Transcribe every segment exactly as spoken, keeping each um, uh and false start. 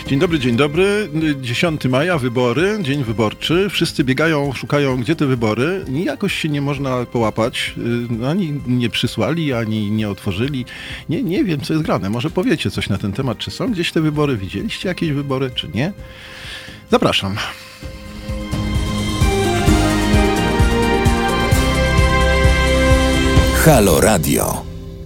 Dzień dobry, dzień dobry. dziesiątego maja, wybory, dzień wyborczy. Wszyscy biegają, szukają, gdzie te wybory. I jakoś się nie można połapać. Ani nie przysłali, ani nie otworzyli. Nie, nie wiem, co jest grane. Może powiecie coś na ten temat. Czy są gdzieś te wybory? Widzieliście jakieś wybory, czy nie? Zapraszam. Halo Radio.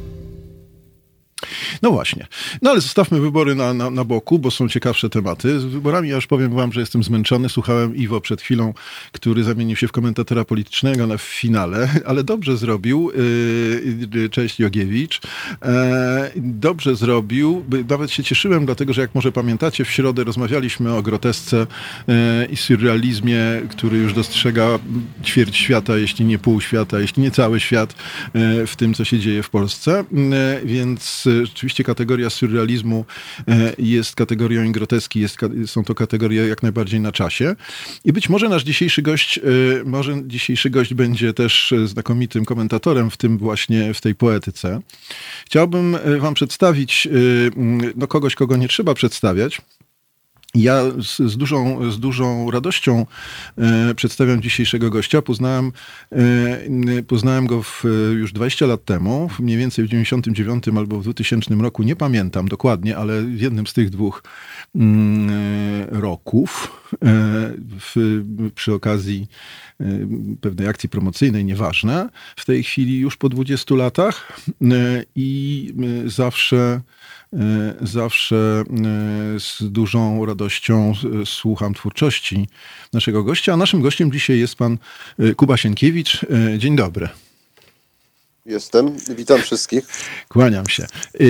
No właśnie. No ale zostawmy wybory na, na, na boku, bo są ciekawsze tematy. Z wyborami ja już powiem wam, że jestem zmęczony. Słuchałem Iwo przed chwilą, który zamienił się w komentatora politycznego na w finale, ale dobrze zrobił. Yy, cześć Jogiewicz. E, dobrze zrobił. Nawet się cieszyłem, dlatego że jak może pamiętacie, w środę rozmawialiśmy o grotesce e, i surrealizmie, który już dostrzega ćwierć świata, jeśli nie pół świata, jeśli nie cały świat e, w tym, co się dzieje w Polsce. E, więc Oczywiście kategoria surrealizmu jest kategorią i groteski, jest, są to kategorie jak najbardziej na czasie. I być może nasz dzisiejszy gość, może dzisiejszy gość będzie też znakomitym komentatorem w tym właśnie, w tej poetyce. Chciałbym wam przedstawić no, kogoś, kogo nie trzeba przedstawiać. Ja z, z, dużą, z dużą radością e, przedstawiam dzisiejszego gościa. Poznałem, e, poznałem go w, już dwadzieścia lat temu, mniej więcej w dziewięćdziesiątym dziewiątym albo w dwutysięcznym roku, nie pamiętam dokładnie, ale w jednym z tych dwóch mm, roków e, w, przy okazji e, pewnej akcji promocyjnej, nieważne, w tej chwili już po dwudziestu latach e, i e, zawsze Zawsze z dużą radością słucham twórczości naszego gościa, a naszym gościem dzisiaj jest pan Kuba Sienkiewicz. Dzień dobry. Jestem. Witam wszystkich. Kłaniam się.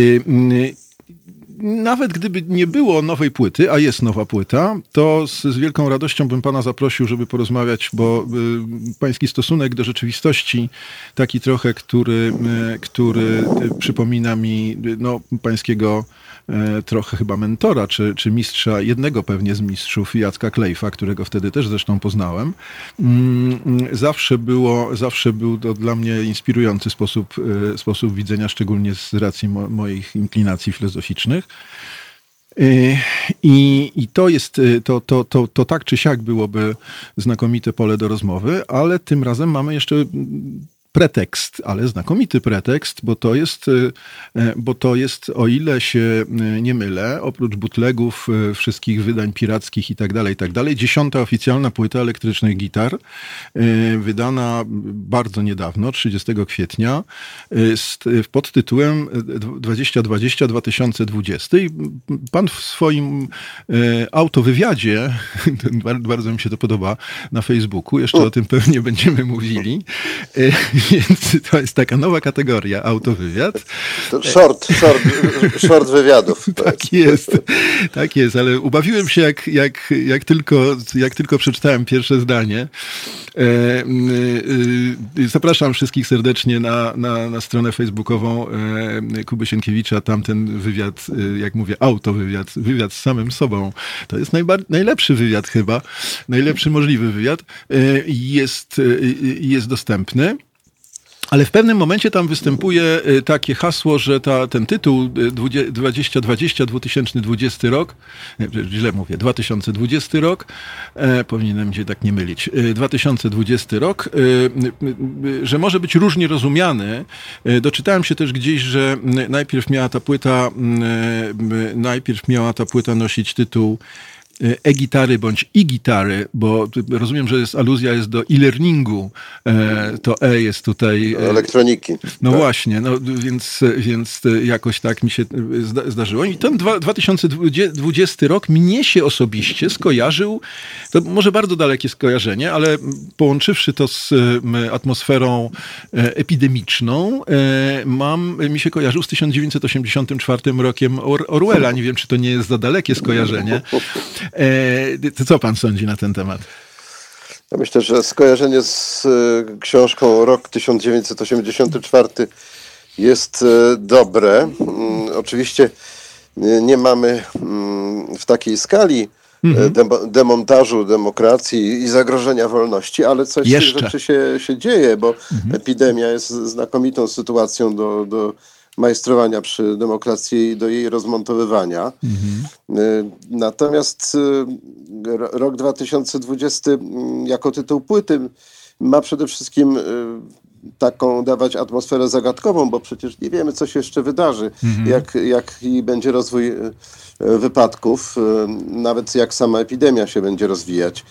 Nawet gdyby nie było nowej płyty, a jest nowa płyta, to z, z wielką radością bym pana zaprosił, żeby porozmawiać, bo y, pański stosunek do rzeczywistości, taki trochę, który, y, który y, przypomina mi no, pańskiego y, trochę chyba mentora, czy, czy mistrza, jednego pewnie z mistrzów, Jacka Klejfa, którego wtedy też zresztą poznałem. Y, zawsze było, zawsze był to dla mnie inspirujący sposób, y, sposób widzenia, szczególnie z racji mo, moich inklinacji filozoficznych. I, i to jest, to, to, to, to tak czy siak byłoby znakomite pole do rozmowy, ale tym razem mamy jeszcze pretekst, ale znakomity pretekst, bo to jest, bo to jest, o ile się nie mylę, oprócz bootlegów, wszystkich wydań pirackich i tak dalej, i tak dalej, dziesiąta oficjalna płyta elektrycznych gitar, wydana bardzo niedawno, trzydziestego kwietnia, pod tytułem dwadzieścia dwadzieścia dwa tysiące dwadzieścia. I pan w swoim autowywiadzie, bardzo mi się to podoba, na Facebooku, jeszcze o tym pewnie będziemy mówili, więc to jest taka nowa kategoria, autowywiad. To short, short, short wywiadów. Tak jest, tak jest, ale ubawiłem się jak, jak, jak, tylko, jak tylko przeczytałem pierwsze zdanie. Zapraszam wszystkich serdecznie na, na, na stronę facebookową Kuby Sienkiewicza. Tam ten wywiad, jak mówię, autowywiad, wywiad z samym sobą. To jest najbar- najlepszy wywiad chyba, najlepszy możliwy wywiad. Jest, jest dostępny. Ale w pewnym momencie tam występuje takie hasło, że ta, ten tytuł dwadzieścia dwadzieścia dwa tysiące dwudziesty rok, źle mówię, dwa tysiące dwudziesty rok, e, powinienem się tak nie mylić, dwa tysiące dwudziesty rok, e, że może być różnie rozumiany. E, doczytałem się też gdzieś, że najpierw miała ta płyta, e, najpierw miała ta płyta nosić tytuł e-gitary bądź i-gitary, bo rozumiem, że jest aluzja jest do e-learningu, e, to e jest tutaj... E, elektroniki. No tak. właśnie, no więc, więc jakoś tak mi się zda, zdarzyło. I ten dwa tysiące dwudziesty rok mnie się osobiście skojarzył, to może bardzo dalekie skojarzenie, ale połączywszy to z atmosferą epidemiczną, mam, mi się kojarzył z tysiąc dziewięćset osiemdziesiątym czwartym rokiem Or- Orwella. Nie wiem, czy to nie jest za dalekie skojarzenie. E, to co pan sądzi na ten temat? Ja myślę, że skojarzenie z y, książką Rok tysiąc dziewięćset osiemdziesiąty czwarty jest y, dobre. Y, oczywiście y, nie mamy y, w takiej skali mm-hmm. de- demontażu demokracji i zagrożenia wolności, ale coś z tych rzeczy się, się dzieje, bo mm-hmm. epidemia jest znakomitą sytuacją do, do majstrowania przy demokracji i do jej rozmontowywania. Mhm. Natomiast rok dwa tysiące dwudziesty jako tytuł płyty ma przede wszystkim taką dawać atmosferę zagadkową, bo przecież nie wiemy, co się jeszcze wydarzy, mhm. jak, jaki będzie rozwój wypadków, nawet jak sama epidemia się będzie rozwijać.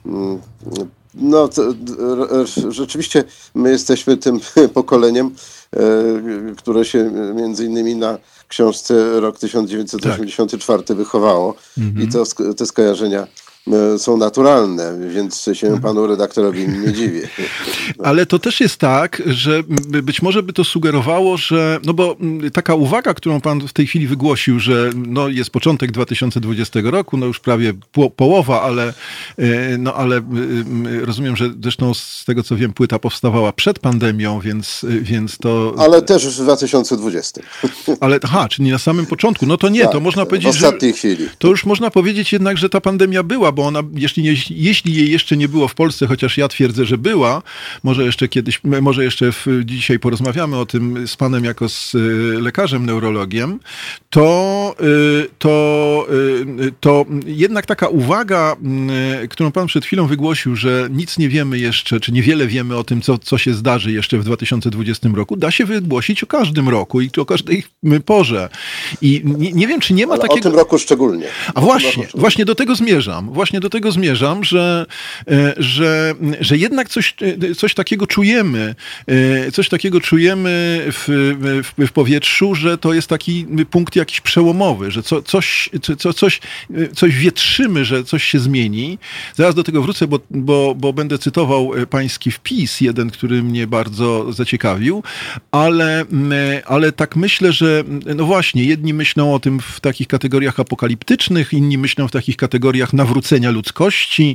No, to, rzeczywiście my jesteśmy tym pokoleniem, które się między innymi na książce Rok tysiąc dziewięćset osiemdziesiąty czwarty tak. wychowało mhm. i to, te skojarzenia są naturalne, więc się panu redaktorowi nie dziwię. Ale to też jest tak, że być może by to sugerowało, że, no bo taka uwaga, którą pan w tej chwili wygłosił, że no jest początek dwa tysiące dwudziestego roku, no już prawie po, połowa, ale, no ale rozumiem, że zresztą z tego co wiem, płyta powstawała przed pandemią, więc, więc to... Ale też już w dwa tysiące dwudziestym. Ale, aha, czyli na samym początku, no to nie, tak, to można powiedzieć, w ostatniej że, chwili. To już można powiedzieć jednak, że ta pandemia była, bo ona, jeśli, nie, jeśli jej jeszcze nie było w Polsce, chociaż ja twierdzę, że była, może jeszcze kiedyś, może jeszcze w, dzisiaj porozmawiamy o tym z panem jako z lekarzem, neurologiem, to, to, to jednak taka uwaga, którą pan przed chwilą wygłosił, że nic nie wiemy jeszcze, czy niewiele wiemy o tym, co, co się zdarzy jeszcze w dwa tysiące dwudziestym roku, da się wygłosić o każdym roku i o każdej porze. I nie, nie wiem, czy nie ma Ale takiego... o tym roku szczególnie. A właśnie, właśnie do tego zmierzam. Właśnie do tego zmierzam, że, że, że jednak coś, coś takiego czujemy, coś takiego czujemy w, w, w powietrzu, że to jest taki punkt jakiś przełomowy, że co, coś, co, coś, coś wietrzymy, że coś się zmieni. Zaraz do tego wrócę, bo, bo, bo będę cytował pański wpis, jeden, który mnie bardzo zaciekawił, ale, ale tak myślę, że no właśnie, jedni myślą o tym w takich kategoriach apokaliptycznych, inni myślą w takich kategoriach nawrócenia ludzkości,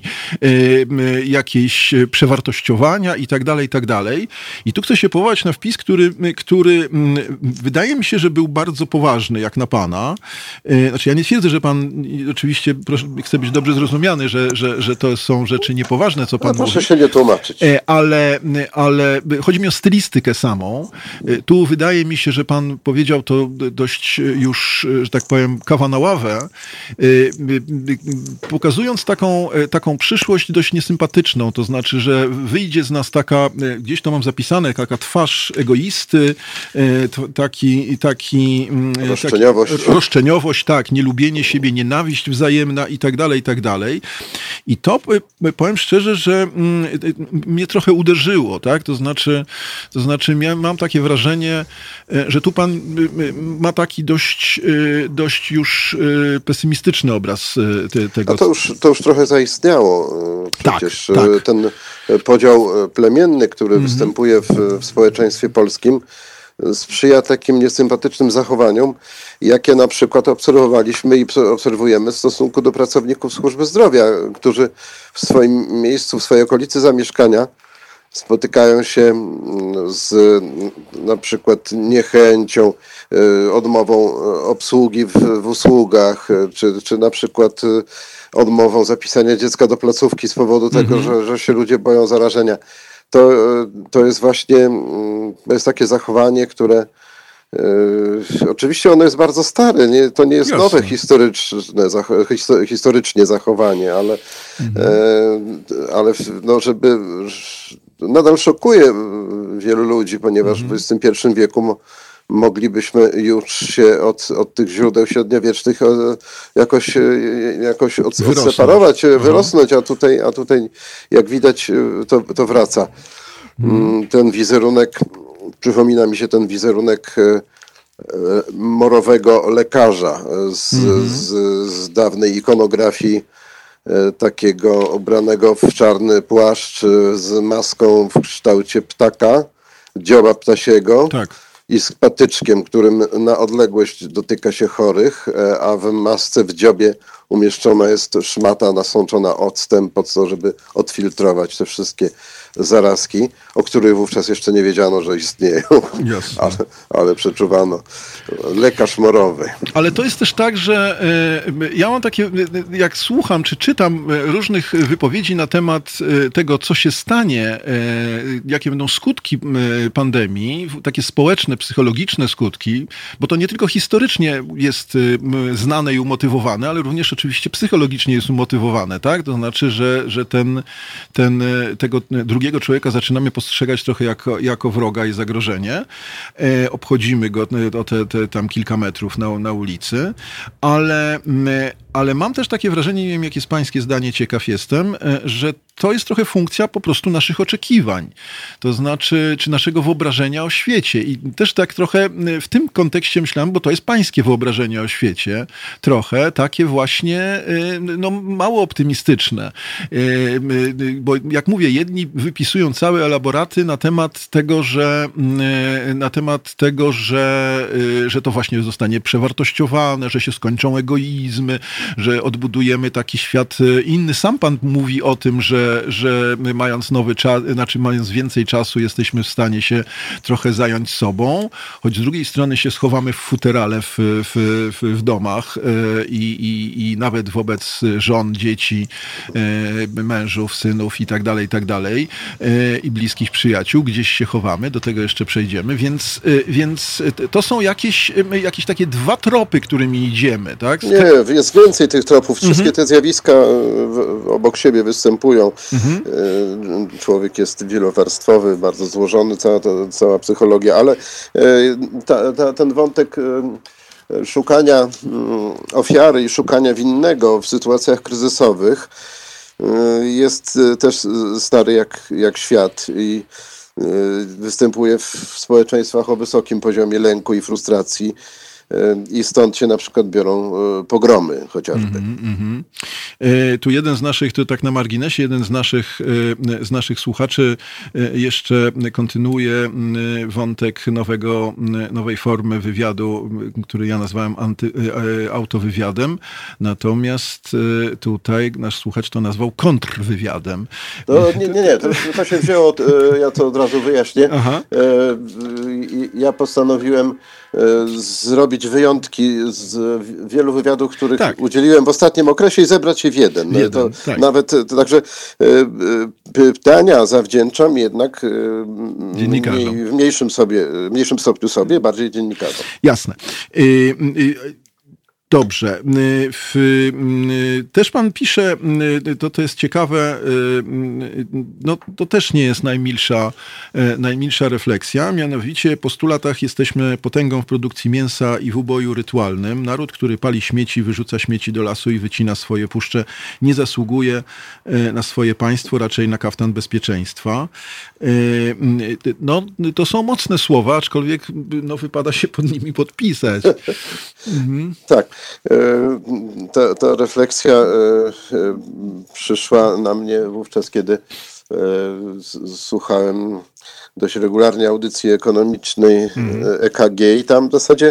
jakiejś przewartościowania i tak dalej, i tak dalej. I tu chcę się powołać na wpis, który, który wydaje mi się, że był bardzo poważny, jak na pana. Znaczy, ja nie twierdzę, że pan, oczywiście proszę, chcę być dobrze zrozumiany, że, że, że to są rzeczy niepoważne, co pan no, mówi. Proszę się nie tłumaczyć. Ale, ale chodzi mi o stylistykę samą. Tu wydaje mi się, że pan powiedział to dość już, że tak powiem, kawa na ławę, pokazując taką, taką przyszłość dość niesympatyczną, to znaczy, że wyjdzie z nas taka, gdzieś to mam zapisane, taka twarz egoisty, taki, taki roszczeniowość, taki, roszczeniowość, tak, nielubienie siebie, nienawiść wzajemna i tak dalej, i tak dalej. I to powiem szczerze, że mnie trochę uderzyło, tak, to znaczy, to znaczy miałem, mam takie wrażenie, że tu pan ma taki dość, dość już pesymistyczny obraz tego. A to już, to już trochę zaistniało. Przecież tak, tak. ten podział plemienny, który mm-hmm. występuje w, w społeczeństwie polskim, sprzyja takim niesympatycznym zachowaniom, jakie na przykład obserwowaliśmy i obserwujemy w stosunku do pracowników służby zdrowia, którzy w swoim miejscu, w swojej okolicy zamieszkania spotykają się z na przykład niechęcią, odmową obsługi w, w usługach, czy, czy na przykład odmową zapisania dziecka do placówki z powodu tego, mm-hmm. że, że się ludzie boją zarażenia. To, to jest właśnie to jest takie zachowanie, które Yy, oczywiście ono jest bardzo stare, nie, to nie jest Jasne. nowe historyczne, zacho- historycznie zachowanie, ale, mhm. e, ale no, żeby nadal szokuje wielu ludzi, ponieważ mhm. w dwudziestym pierwszym wieku mo, moglibyśmy już się od, od tych źródeł średniowiecznych jakoś, jakoś od, odseparować, mhm. wyrosnąć, a tutaj, a tutaj jak widać to, to wraca. Mhm. Ten wizerunek Przypomina mi się ten wizerunek morowego lekarza z, mm-hmm. z, z dawnej ikonografii, takiego ubranego w czarny płaszcz z maską w kształcie ptaka, dzioba ptasiego tak. i z patyczkiem, którym na odległość dotyka się chorych, a w masce w dziobie umieszczona jest szmata nasączona octem po to, żeby odfiltrować te wszystkie zarazki, o których wówczas jeszcze nie wiedziano, że istnieją, ale, ale przeczuwano. Lekarz morowy. Ale to jest też tak, że y, ja mam takie, jak słucham czy czytam różnych wypowiedzi na temat tego, co się stanie, y, jakie będą skutki pandemii, takie społeczne pewne psychologiczne skutki, bo to nie tylko historycznie jest znane i umotywowane, ale również oczywiście psychologicznie jest umotywowane, tak? To znaczy, że, że ten, ten, tego drugiego człowieka zaczynamy postrzegać trochę jako, jako wroga i zagrożenie. E, obchodzimy go o te, te tam kilka metrów na, na ulicy, ale, ale mam też takie wrażenie, nie wiem, jakie jest pańskie zdanie, ciekaw jestem, że to jest trochę funkcja po prostu naszych oczekiwań. To znaczy, czy naszego wyobrażenia o świecie. I też tak trochę w tym kontekście myślałem, bo to jest pańskie wyobrażenie o świecie, trochę takie właśnie no, mało optymistyczne. Bo jak mówię, jedni wypisują całe elaboraty na temat tego, że na temat tego, że, że to właśnie zostanie przewartościowane, że się skończą egoizmy, że odbudujemy taki świat inny. Sam pan mówi o tym, że że my mając nowy czas, znaczy mając więcej czasu, jesteśmy w stanie się trochę zająć sobą, choć z drugiej strony się schowamy w futerale w, w, w, w domach i, i, i nawet wobec żon, dzieci, mężów, synów i tak dalej, i tak dalej, i bliskich przyjaciół, gdzieś się chowamy, do tego jeszcze przejdziemy, więc, więc to są jakieś, jakieś takie dwa tropy, którymi idziemy, tak? Nie, jest więcej tych tropów, wszystkie mhm. te zjawiska obok siebie występują. Mhm. Człowiek jest wielowarstwowy, bardzo złożony, cała, cała psychologia, ale ta, ta, ten wątek szukania ofiary i szukania winnego w sytuacjach kryzysowych jest też stary jak, jak świat i występuje w społeczeństwach o wysokim poziomie lęku i frustracji. I stąd się na przykład biorą pogromy chociażby. Mm, mm, mm. Tu jeden z naszych, to tak na marginesie, jeden z naszych, z naszych słuchaczy jeszcze kontynuuje wątek nowego, nowej formy wywiadu, który ja nazwałem anty, autowywiadem. Natomiast tutaj nasz słuchacz to nazwał kontrwywiadem. No, nie, nie, nie. To, to się wzięło, ja to od razu wyjaśnię. Aha. Ja postanowiłem zrobić wyjątki z wielu wywiadów, których tak. udzieliłem w ostatnim okresie i zebrać je w jeden. jeden to tak. Nawet to, także pytania zawdzięczam jednak mniej, w mniejszym, sobie, mniejszym stopniu sobie, bardziej dziennikarzom. Jasne. Y, y, Dobrze. W, też pan pisze, to, to jest ciekawe, no to też nie jest najmilsza, najmilsza refleksja, mianowicie po stu latach jesteśmy potęgą w produkcji mięsa i w uboju rytualnym. Naród, który pali śmieci, wyrzuca śmieci do lasu i wycina swoje puszcze, nie zasługuje na swoje państwo, raczej na kaftan bezpieczeństwa. No, to są mocne słowa, aczkolwiek no, wypada się pod nimi podpisać. Mhm. Tak. Ta, ta refleksja przyszła na mnie wówczas, kiedy słuchałem dość regularnie audycji ekonomicznej E K G i tam w zasadzie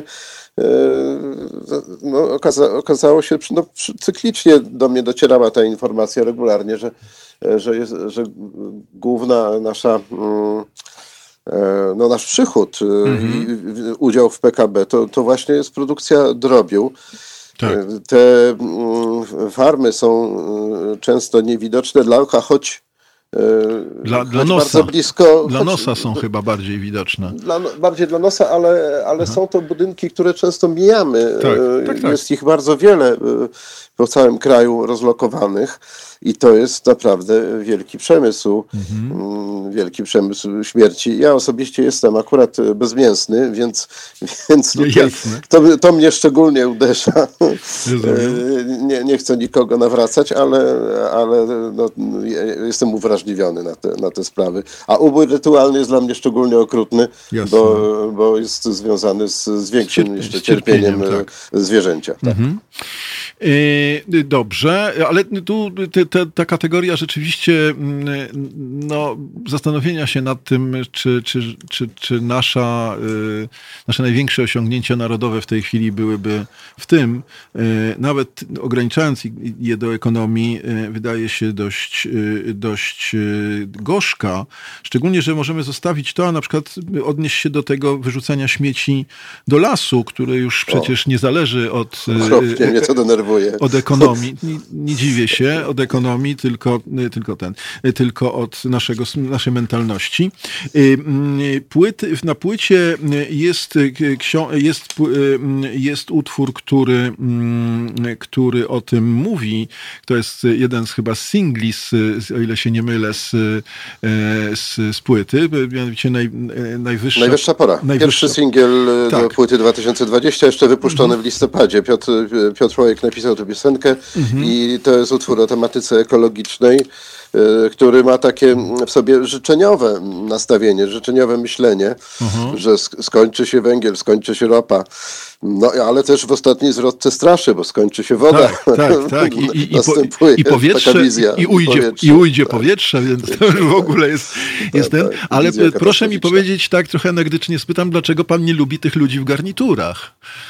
no, okaza, okazało się, no, cyklicznie do mnie docierała ta informacja regularnie, że, że, jest, że główna nasza no, nasz przychód mhm. i udział w P K B to, to właśnie jest produkcja drobiu. Tak. Te farmy są często niewidoczne dla oka, choć, dla, choć dla nosa. bardzo blisko. Dla choć, nosa są chyba bardziej widoczne. Dla, bardziej dla nosa, ale, ale są to budynki, które często mijamy. Tak, tak, tak. Jest ich bardzo wiele po całym kraju rozlokowanych. I to jest naprawdę wielki przemysł, mhm. wielki przemysł śmierci. Ja osobiście jestem akurat bezmięsny, więc, więc tutaj to, to mnie szczególnie uderza. Nie, nie chcę nikogo nawracać, ale, ale no, jestem uwrażliwiony na te, na te sprawy. A ubój rytualny jest dla mnie szczególnie okrutny, bo, bo jest związany z, z większym Cier- jeszcze cierpieniem, cierpieniem tak. zwierzęcia. Tak. Mhm. Dobrze, ale tu te, te, ta kategoria rzeczywiście no, zastanowienia się nad tym, czy, czy, czy, czy nasza, nasze największe osiągnięcia narodowe w tej chwili byłyby w tym, nawet ograniczając je do ekonomii, wydaje się dość, dość dość gorzka, szczególnie, że możemy zostawić to, a na przykład odnieść się do tego wyrzucania śmieci do lasu, które już przecież nie zależy od, Okropnie mnie to denerwuje. od ekonomii, nie, nie dziwię się, od ekonomii, tylko, tylko ten, tylko od naszego, naszej mentalności. Płyty, na płycie jest, jest, jest utwór, który, który o tym mówi. To jest jeden z chyba singli, z, o ile się nie mylę, z, z, z płyty, mianowicie naj, najwyższa, najwyższa pora. Najwyższa. Pierwszy singiel tak. do płyty dwa tysiące dwudziestej, jeszcze wypuszczony mm. w listopadzie. Piotr, Piotr Łojek napisał tę piosenkę mm-hmm. i to jest utwór o tematyce ekologicznej, który ma takie w sobie życzeniowe nastawienie, życzeniowe myślenie, uh-huh. że skończy się węgiel, skończy się ropa. No, ale też w ostatniej zwrotce straszy, bo skończy się woda. Tak, tak, tak. I, i, Następuje i powietrze, taka wizja. I, i, ujdzie, powietrze. i ujdzie powietrze, więc to już w ogóle jest, jest ten. Ale proszę mi powiedzieć, tak trochę anegdotycznie spytam, dlaczego pan nie lubi tych ludzi w garniturach?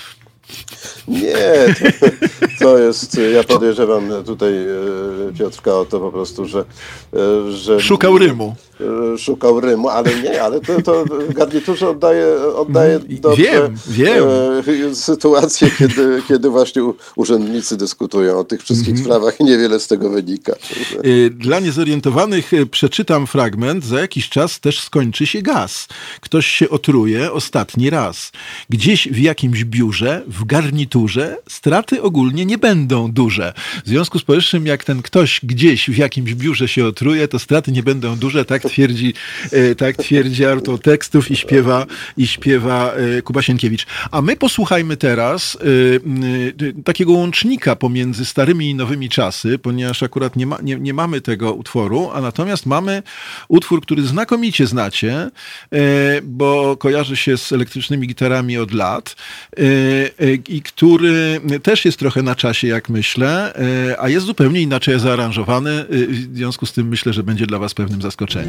Nie, to, to jest, ja podejrzewam tutaj Piotrka o to po prostu, że... że szukał rymu. Szukał rymu, ale nie, ale to, to w garniturze oddaje, oddaje dobrze wiem, wiem. sytuację, kiedy, kiedy właśnie urzędnicy dyskutują o tych wszystkich mm. sprawach i niewiele z tego wynika. Dla niezorientowanych przeczytam fragment. Za jakiś czas też skończy się gaz. Ktoś się otruje ostatni raz. Gdzieś w jakimś biurze, w garniturze straty ogólnie nie będą duże. W związku z powyższym, jak ten ktoś gdzieś w jakimś biurze się otruje, to straty nie będą duże. Tak twierdzi, tak twierdzi autor tekstów i śpiewa, i śpiewa Kuba Sienkiewicz. A my posłuchajmy teraz takiego łącznika pomiędzy starymi i nowymi czasy, ponieważ akurat nie, ma, nie, nie mamy tego utworu, a natomiast mamy utwór, który znakomicie znacie, bo kojarzy się z elektrycznymi gitarami od lat i który też jest trochę na czasie, jak myślę, a jest zupełnie inaczej zaaranżowany. W związku z tym myślę, że będzie dla was pewnym zaskoczeniem.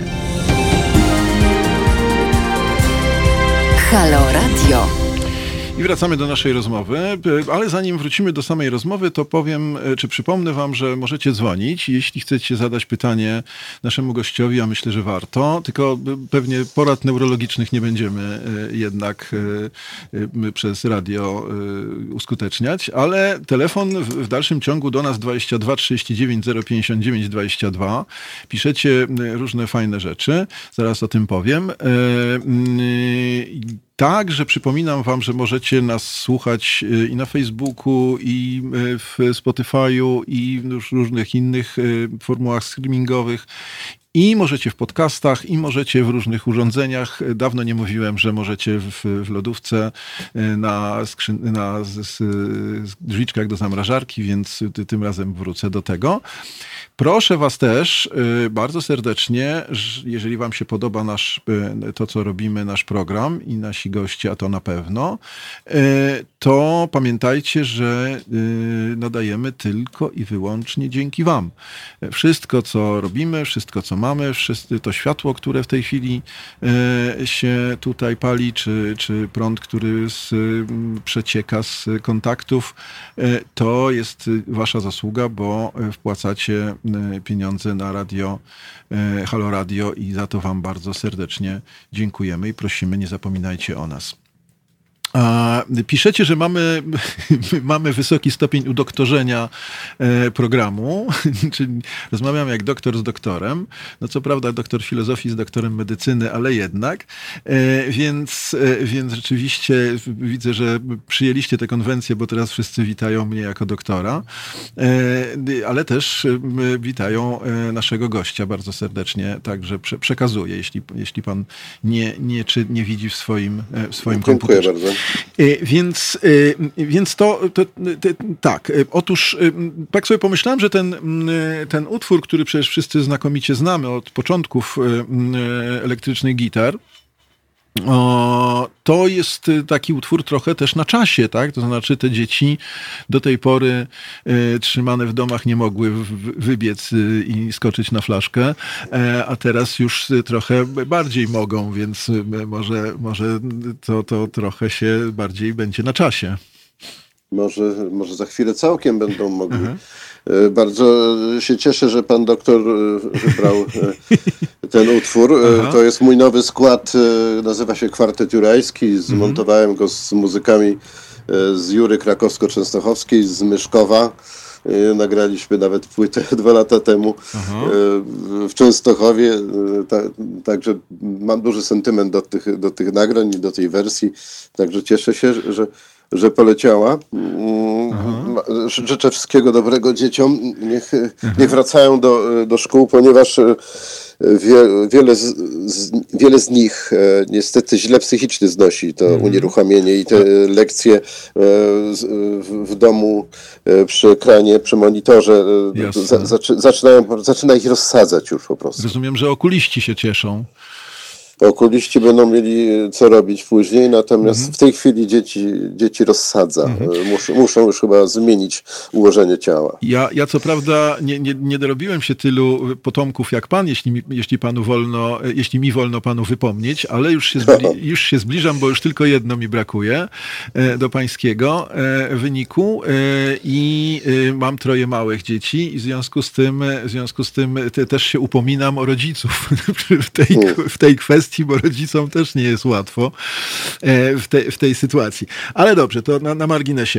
Halo Radio. I wracamy do naszej rozmowy, ale zanim wrócimy do samej rozmowy, to powiem, czy przypomnę wam, że możecie dzwonić, jeśli chcecie zadać pytanie naszemu gościowi, a myślę, że warto, tylko pewnie porad neurologicznych nie będziemy jednak przez radio uskuteczniać, ale telefon w dalszym ciągu do nas dwadzieścia dwa trzydzieści dziewięć zero pięćdziesiąt dziewięć dwadzieścia dwa. Piszecie różne fajne rzeczy, zaraz o tym powiem. Także przypominam wam, że możecie nas słuchać i na Facebooku, i w Spotify'u, i w różnych innych formułach streamingowych. I możecie w podcastach, i możecie w różnych urządzeniach. Dawno nie mówiłem, że możecie w, w lodówce, na, skrzyn, na z, z, z drzwiczkach do zamrażarki, więc ty, tym razem wrócę do tego. Proszę was też bardzo serdecznie, jeżeli wam się podoba nasz, to, co robimy, nasz program i nasi goście, a to na pewno, to pamiętajcie, że nadajemy tylko i wyłącznie dzięki wam. Wszystko, co robimy, wszystko, co mamy, wszystko to światło, które w tej chwili się tutaj pali, czy, czy prąd, który z, przecieka z kontaktów, to jest wasza zasługa, bo wpłacacie pieniądze na radio, Halo Radio i za to wam bardzo serdecznie dziękujemy i prosimy, nie zapominajcie o nas. A piszecie, że mamy, mamy wysoki stopień udoktorzenia programu, czyli rozmawiam jak doktor z doktorem. No co prawda doktor filozofii z doktorem medycyny, ale jednak. Więc, więc rzeczywiście widzę, że przyjęliście tę konwencję, bo teraz wszyscy witają mnie jako doktora, ale też witają naszego gościa bardzo serdecznie, także przekazuję, jeśli, jeśli pan nie, nie, czy nie widzi w swoim, w swoim Dziękuję komputerze. Bardzo. Więc, więc to, to, to tak, otóż tak sobie pomyślałem, że ten, ten utwór, który przecież wszyscy znakomicie znamy od początków elektrycznych gitar, O, to jest taki utwór trochę też na czasie, tak? To znaczy te dzieci do tej pory y, trzymane w domach nie mogły w, wybiec y, i skoczyć na flaszkę, y, a teraz już y, trochę bardziej mogą, więc y, może, może to, to trochę się bardziej będzie na czasie. Może, może za chwilę całkiem będą mogli. Mhm. Bardzo się cieszę, że pan doktor wybrał ten utwór. Aha. To jest mój nowy skład, nazywa się Kwartet Jurajski. Zmontowałem go z muzykami z Jury Krakowsko-Częstochowskiej, z Myszkowa. Nagraliśmy nawet płytę dwa lata temu Aha. w Częstochowie, także mam duży sentyment do tych, do tych nagrań i do tej wersji, także cieszę się, że, że poleciała. Aha. Życzę wszystkiego dobrego dzieciom, niech, niech wracają do, do szkół, ponieważ Wie, wiele, z, z, wiele z nich e, niestety źle psychicznie znosi to mm. unieruchomienie i te lekcje e, z, w, w domu e, przy ekranie, przy monitorze e, za, zaczy, zaczynają, zaczyna ich rozsadzać już po prostu. Rozumiem, że okuliści się cieszą. Okuliści będą mieli co robić później, natomiast mhm. w tej chwili dzieci, dzieci rozsadza. Mhm. Muszą, muszą już chyba zmienić ułożenie ciała. Ja, ja co prawda nie, nie, nie dorobiłem się tylu potomków jak pan, jeśli mi, jeśli panu wolno, jeśli mi wolno panu wypomnieć, ale już się, zbli, już się zbliżam, bo już tylko jedno mi brakuje do pańskiego wyniku i mam troje małych dzieci i w związku z tym, w związku z tym też się upominam o rodziców w tej, w tej kwestii, bo rodzicom też nie jest łatwo w, te, w tej sytuacji. Ale dobrze, to na, na marginesie.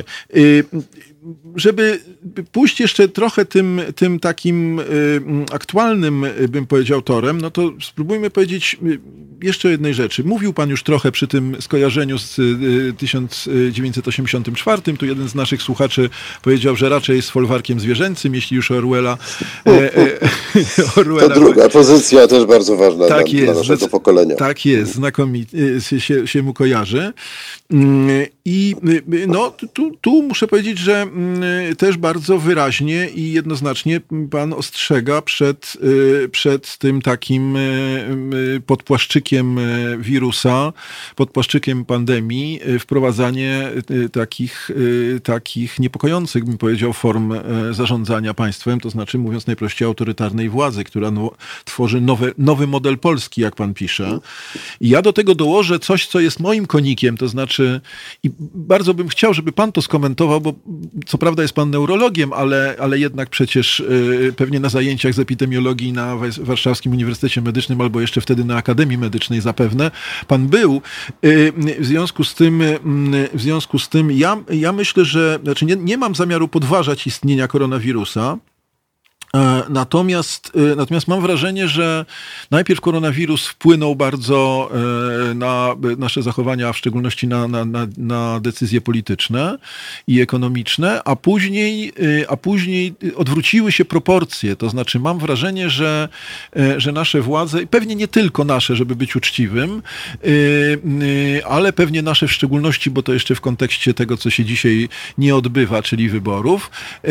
Żeby pójść jeszcze trochę tym, tym takim aktualnym, bym powiedział, torem, no to spróbujmy powiedzieć jeszcze o jednej rzeczy. Mówił pan już trochę przy tym skojarzeniu z tysiąc dziewięćset osiemdziesiątym czwartym. Tu jeden z naszych słuchaczy powiedział, że raczej z folwarkiem zwierzęcym, jeśli już Orwella. Orwella to druga pozycja też bardzo ważna tak dla, jest, dla naszego pokolenia. Tak jest, znakomicie się, się mu kojarzy. I no, tu, tu muszę powiedzieć, że też bardzo wyraźnie i jednoznacznie pan ostrzega przed, przed tym takim podpłaszczykiem wirusa, podpłaszczykiem pandemii, wprowadzanie takich, takich niepokojących, bym powiedział, form zarządzania państwem, to znaczy, mówiąc najprościej, autorytarnej władzy, która no, tworzy nowy, nowy model Polski, jak pan pisze. I ja do tego dołożę coś, co jest moim konikiem, to znaczy, i bardzo bym chciał, żeby pan to skomentował, bo co prawda jest pan neurologiem, ale, ale jednak przecież y, pewnie na zajęciach z epidemiologii na Warszawskim Uniwersytecie Medycznym albo jeszcze wtedy na Akademii Medycznej zapewne pan był. Y, w związku z tym, y, w związku z tym ja, ja myślę, że znaczy nie, nie mam zamiaru podważać istnienia koronawirusa. Natomiast, natomiast mam wrażenie, że najpierw koronawirus wpłynął bardzo na nasze zachowania, w szczególności na, na, na, na decyzje polityczne i ekonomiczne, a później, a później odwróciły się proporcje. To znaczy mam wrażenie, że, że nasze władze, pewnie nie tylko nasze, żeby być uczciwym, ale pewnie nasze w szczególności, bo to jeszcze w kontekście tego, co się dzisiaj nie odbywa, czyli wyborów,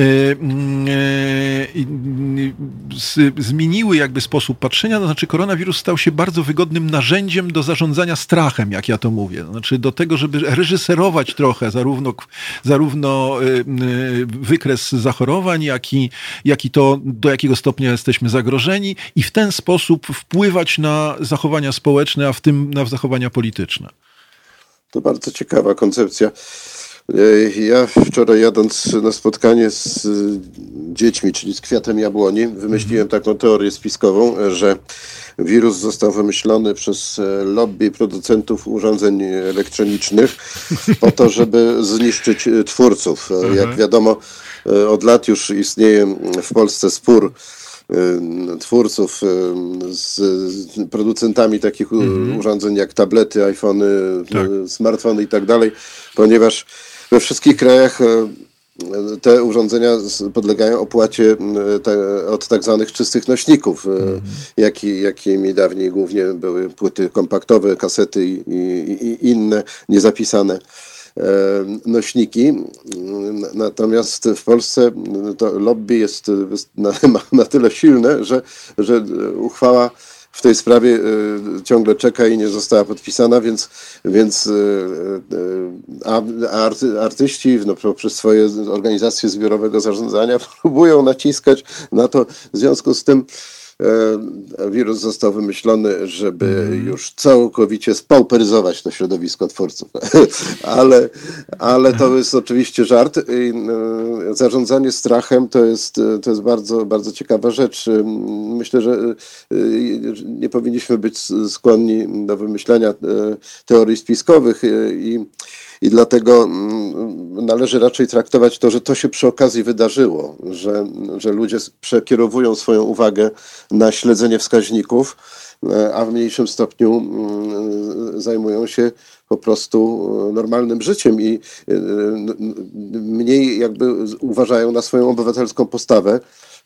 zmieniły jakby sposób patrzenia, to znaczy koronawirus stał się bardzo wygodnym narzędziem do zarządzania strachem, jak ja to mówię. To znaczy do tego, żeby reżyserować trochę zarówno, zarówno wykres zachorowań, jak i, jak i to, do jakiego stopnia jesteśmy zagrożeni i w ten sposób wpływać na zachowania społeczne, a w tym na zachowania polityczne. To bardzo ciekawa koncepcja. Ja wczoraj jadąc na spotkanie z dziećmi, czyli z kwiatem jabłoni, wymyśliłem taką teorię spiskową, że wirus został wymyślony przez lobby producentów urządzeń elektronicznych po to, żeby zniszczyć twórców. Jak wiadomo, od lat już istnieje w Polsce spór twórców z producentami takich mm-hmm. urządzeń jak tablety, iPhony, tak. smartfony i tak dalej, ponieważ we wszystkich krajach te urządzenia podlegają opłacie od tak zwanych czystych nośników, mm-hmm. jaki, jakimi dawniej głównie były płyty kompaktowe, kasety i, i, i inne niezapisane nośniki. Natomiast w Polsce to lobby jest na, na tyle silne, że, że uchwała w tej sprawie ciągle czeka i nie została podpisana, więc, więc a, a arty, artyści no, poprzez swoje organizacje zbiorowego zarządzania próbują naciskać na to. W związku z tym wirus został wymyślony, żeby mm. już całkowicie spauperyzować to środowisko twórców. ale, ale to jest oczywiście żart. I zarządzanie strachem to jest, to jest bardzo, bardzo ciekawa rzecz. Myślę, że nie powinniśmy być skłonni do wymyślania teorii spiskowych i I dlatego należy raczej traktować to, że to się przy okazji wydarzyło, że, że ludzie przekierowują swoją uwagę na śledzenie wskaźników, a w mniejszym stopniu zajmują się po prostu normalnym życiem i mniej jakby uważają na swoją obywatelską postawę,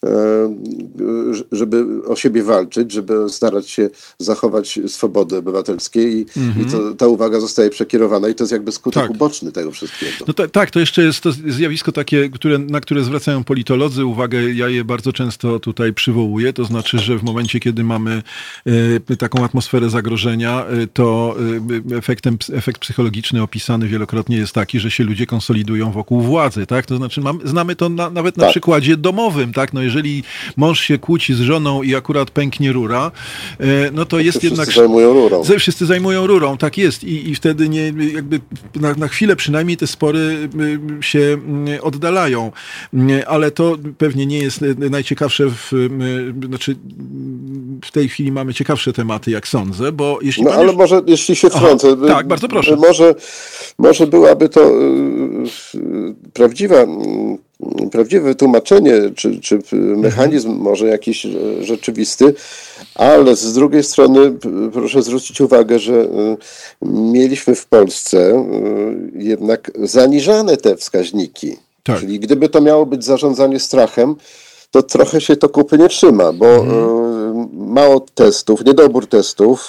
żeby o siebie walczyć, żeby starać się zachować swobody obywatelskie i, mm-hmm. i to, ta uwaga zostaje przekierowana i to jest jakby skutek tak. uboczny tego wszystkiego. No to, tak, to jeszcze jest to zjawisko takie, które, na które zwracają politolodzy uwagę, ja je bardzo często tutaj przywołuję, to znaczy, że w momencie, kiedy mamy y, taką atmosferę zagrożenia, y, to y, efektem, efekt psychologiczny opisany wielokrotnie jest taki, że się ludzie konsolidują wokół władzy, tak? To znaczy mamy, znamy to na, nawet na tak. przykładzie domowym, tak? No jeżeli mąż się kłóci z żoną i akurat pęknie rura, no to jest wszyscy jednak... Wszyscy zajmują rurą. Wszyscy zajmują rurą, tak jest. I, i wtedy nie, jakby na, na chwilę przynajmniej te spory się oddalają. Ale to pewnie nie jest najciekawsze, w, znaczy w tej chwili mamy ciekawsze tematy, jak sądzę, bo jeśli... No ale już... może, jeśli się wtrącę... Aha, tak, bardzo proszę. Może, może byłaby to yy, prawdziwa... prawdziwe wytłumaczenie, czy, czy mechanizm może jakiś rzeczywisty, ale z drugiej strony proszę zwrócić uwagę, że mieliśmy w Polsce jednak zaniżane te wskaźniki. Tak. Czyli gdyby to miało być zarządzanie strachem, to trochę się to kupy nie trzyma, bo mhm. mało testów, niedobór testów,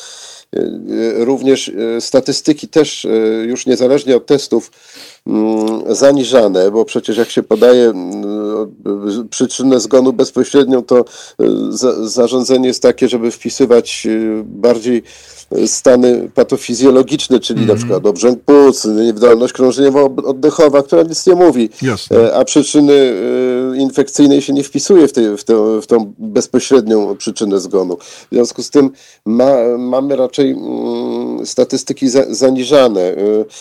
również statystyki też już niezależnie od testów zaniżane, bo przecież jak się podaje przyczynę zgonu bezpośrednią, to za, zarządzenie jest takie, żeby wpisywać bardziej stany patofizjologiczne, czyli mm-hmm. na przykład obrzęk płuc, niewydolność krążeniowo-oddechowa, która nic nie mówi, Jasne. a przyczyny infekcyjnej się nie wpisuje w, tej, w, tę, w tą bezpośrednią przyczynę zgonu. W związku z tym ma, mamy raczej mm, statystyki za, zaniżane.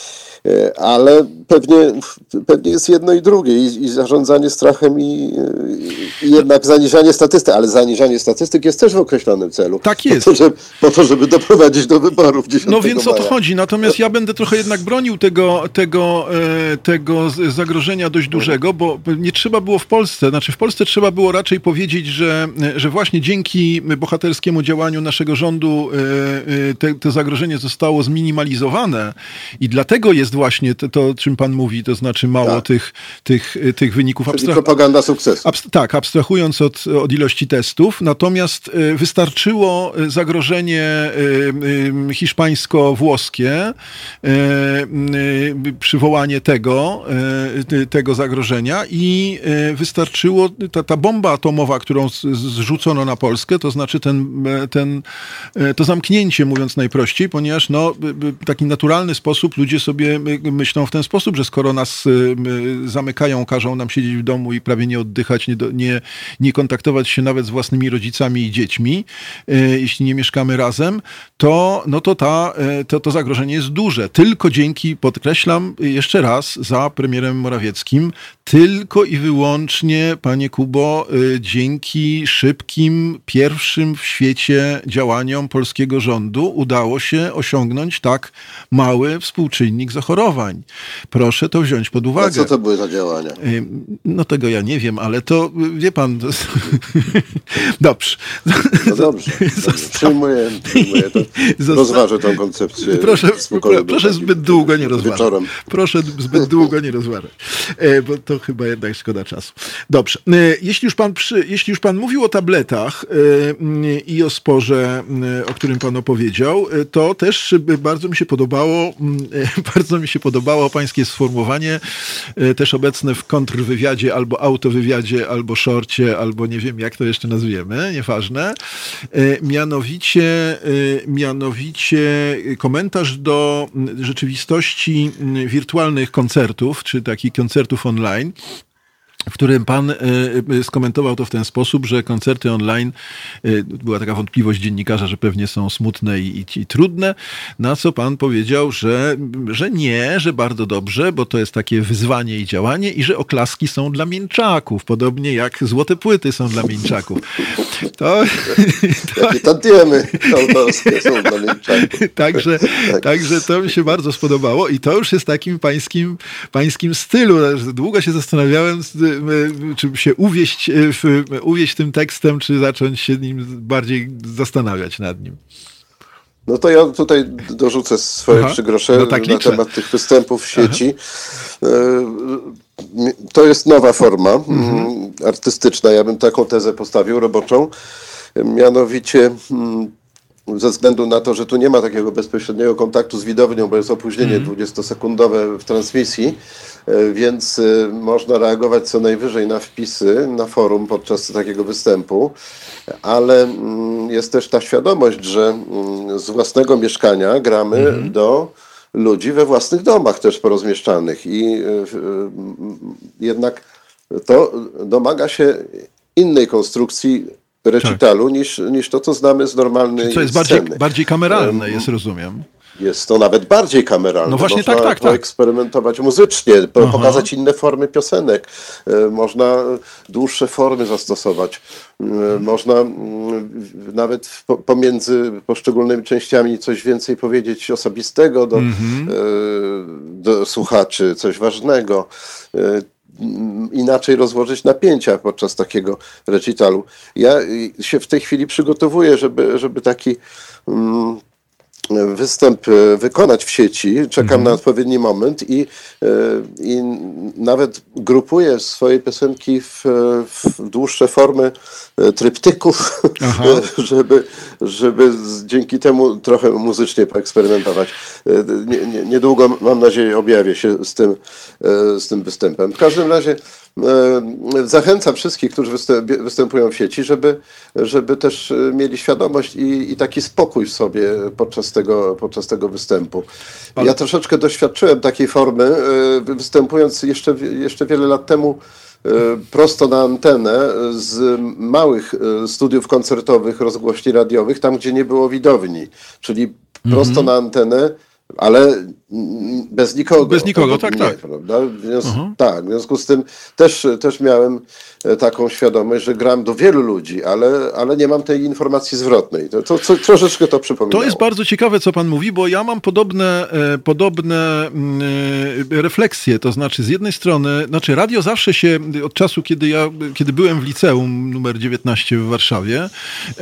Ale pewnie, pewnie jest jedno i drugie, i, i zarządzanie strachem, i, i jednak zaniżanie statystyk, ale zaniżanie statystyk jest też w określonym celu. Tak jest. Po to, żeby, po to, żeby doprowadzić do wyborów dziesiątego No więc maja. o to chodzi, natomiast ja będę trochę jednak bronił tego, tego, tego zagrożenia dość dużego, bo nie trzeba było w Polsce, znaczy w Polsce trzeba było raczej powiedzieć, że, że właśnie dzięki bohaterskiemu działaniu naszego rządu te, to zagrożenie zostało zminimalizowane i dlatego jest właśnie to, to, o czym pan mówi, to znaczy mało tak. tych, tych, tych wyników. Czyli abstra- propaganda sukcesu. Abst- tak, abstrahując od, od ilości testów, natomiast wystarczyło zagrożenie hiszpańsko-włoskie, przywołanie tego, tego zagrożenia i wystarczyło ta, ta bomba atomowa, którą z, zrzucono na Polskę, to znaczy ten, ten, to zamknięcie, mówiąc najprościej, ponieważ no, w taki naturalny sposób ludzie sobie myślą w ten sposób, że skoro nas zamykają, każą nam siedzieć w domu i prawie nie oddychać, nie, do, nie, nie kontaktować się nawet z własnymi rodzicami i dziećmi, jeśli nie mieszkamy razem, to, no to, ta, to, to zagrożenie jest duże. Tylko dzięki, podkreślam jeszcze raz, za premierem Morawieckim, tylko i wyłącznie, panie Kubo, dzięki szybkim, pierwszym w świecie działaniom polskiego rządu udało się osiągnąć tak mały współczynnik zachorowań. Proszę to wziąć pod uwagę. A co to były za działania? No tego ja nie wiem, ale to, wie pan... To... Dobrze. No dobrze. dobrze. Przyjmuję, przyjmuję to. Rozważę tą koncepcję. Proszę, proszę zbyt długo nie rozważać. Proszę zbyt długo nie rozważać, bo to chyba jednak szkoda czasu. Dobrze. Jeśli już pan, przy, jeśli już pan mówił o tabletach i o sporze, o którym pan opowiedział, to też bardzo mi się podobało, bardzo mi się podobało pańskie sformułowanie, też obecne w kontrwywiadzie, albo autowywiadzie, albo szorcie, albo nie wiem, jak to jeszcze nazwiemy, nieważne. Mianowicie, mianowicie komentarz do rzeczywistości wirtualnych koncertów, czy takich koncertów online. w którym pan y, y, skomentował to w ten sposób, że koncerty online, y, była taka wątpliwość dziennikarza, że pewnie są smutne i, i, i trudne, na co pan powiedział, że, że nie, że bardzo dobrze, bo to jest takie wyzwanie i działanie i że oklaski są dla mięczaków, podobnie jak złote płyty są dla mięczaków. To, to, Jakie tantiemy autorskie są dla mięczaków. Także, Tak. także to mi się bardzo spodobało i to już jest takim pańskim, pańskim stylu. Długo się zastanawiałem, czy się uwieść, w, uwieść tym tekstem, czy zacząć się nim bardziej zastanawiać nad nim. No to ja tutaj dorzucę swoje Aha, przygrosze no tak na liczę. temat tych występów w sieci. Aha. To jest nowa forma mhm. artystyczna. Ja bym taką tezę postawił, roboczą. Mianowicie ze względu na to, że tu nie ma takiego bezpośredniego kontaktu z widownią, bo jest opóźnienie mm. dwudziestosekundowe w transmisji, więc można reagować co najwyżej na wpisy na forum podczas takiego występu, ale jest też ta świadomość, że z własnego mieszkania gramy mm. do ludzi we własnych domach też porozmieszczanych i jednak to domaga się innej konstrukcji recitalu tak. niż, niż to, co znamy z normalnej co jest sceny. Bardziej, bardziej kameralne um, jest, rozumiem. Jest to nawet bardziej kameralne. No właśnie można tak, tak, tak. eksperymentować muzycznie, Aha. pokazać inne formy piosenek. Można dłuższe formy zastosować. Można nawet pomiędzy poszczególnymi częściami coś więcej powiedzieć osobistego do, mm-hmm. do słuchaczy, coś ważnego. Inaczej rozłożyć napięcia podczas takiego recitalu. Ja się w tej chwili przygotowuję, żeby, żeby taki um, występ wykonać w sieci. Czekam mhm. na odpowiedni moment i, i nawet grupuję swoje piosenki w, w dłuższe formy tryptyków, żeby, żeby dzięki temu trochę muzycznie poeksperymentować. Nie, nie, niedługo, mam nadzieję, objawię się z tym, z tym występem. W każdym razie zachęcam wszystkich, którzy występują w sieci, żeby, żeby też mieli świadomość i, i taki spokój w sobie podczas tego, podczas tego występu. Ale... Ja troszeczkę doświadczyłem takiej formy, występując jeszcze, jeszcze wiele lat temu prosto na antenę z małych studiów koncertowych, rozgłośni radiowych, tam gdzie nie było widowni, czyli prosto mm-hmm. na antenę, ale bez nikogo. Bez nikogo, tak, nie, tak. Prawda? W związku, uh-huh. tak. W związku z tym też, też miałem taką świadomość, że gram do wielu ludzi, ale, ale nie mam tej informacji zwrotnej. To, to, to troszeczkę to przypominało. To jest bardzo ciekawe, co pan mówi, bo ja mam podobne, podobne refleksje. To znaczy, z jednej strony, znaczy radio zawsze się, od czasu, kiedy ja, kiedy byłem w liceum numer dziewiętnaście w Warszawie,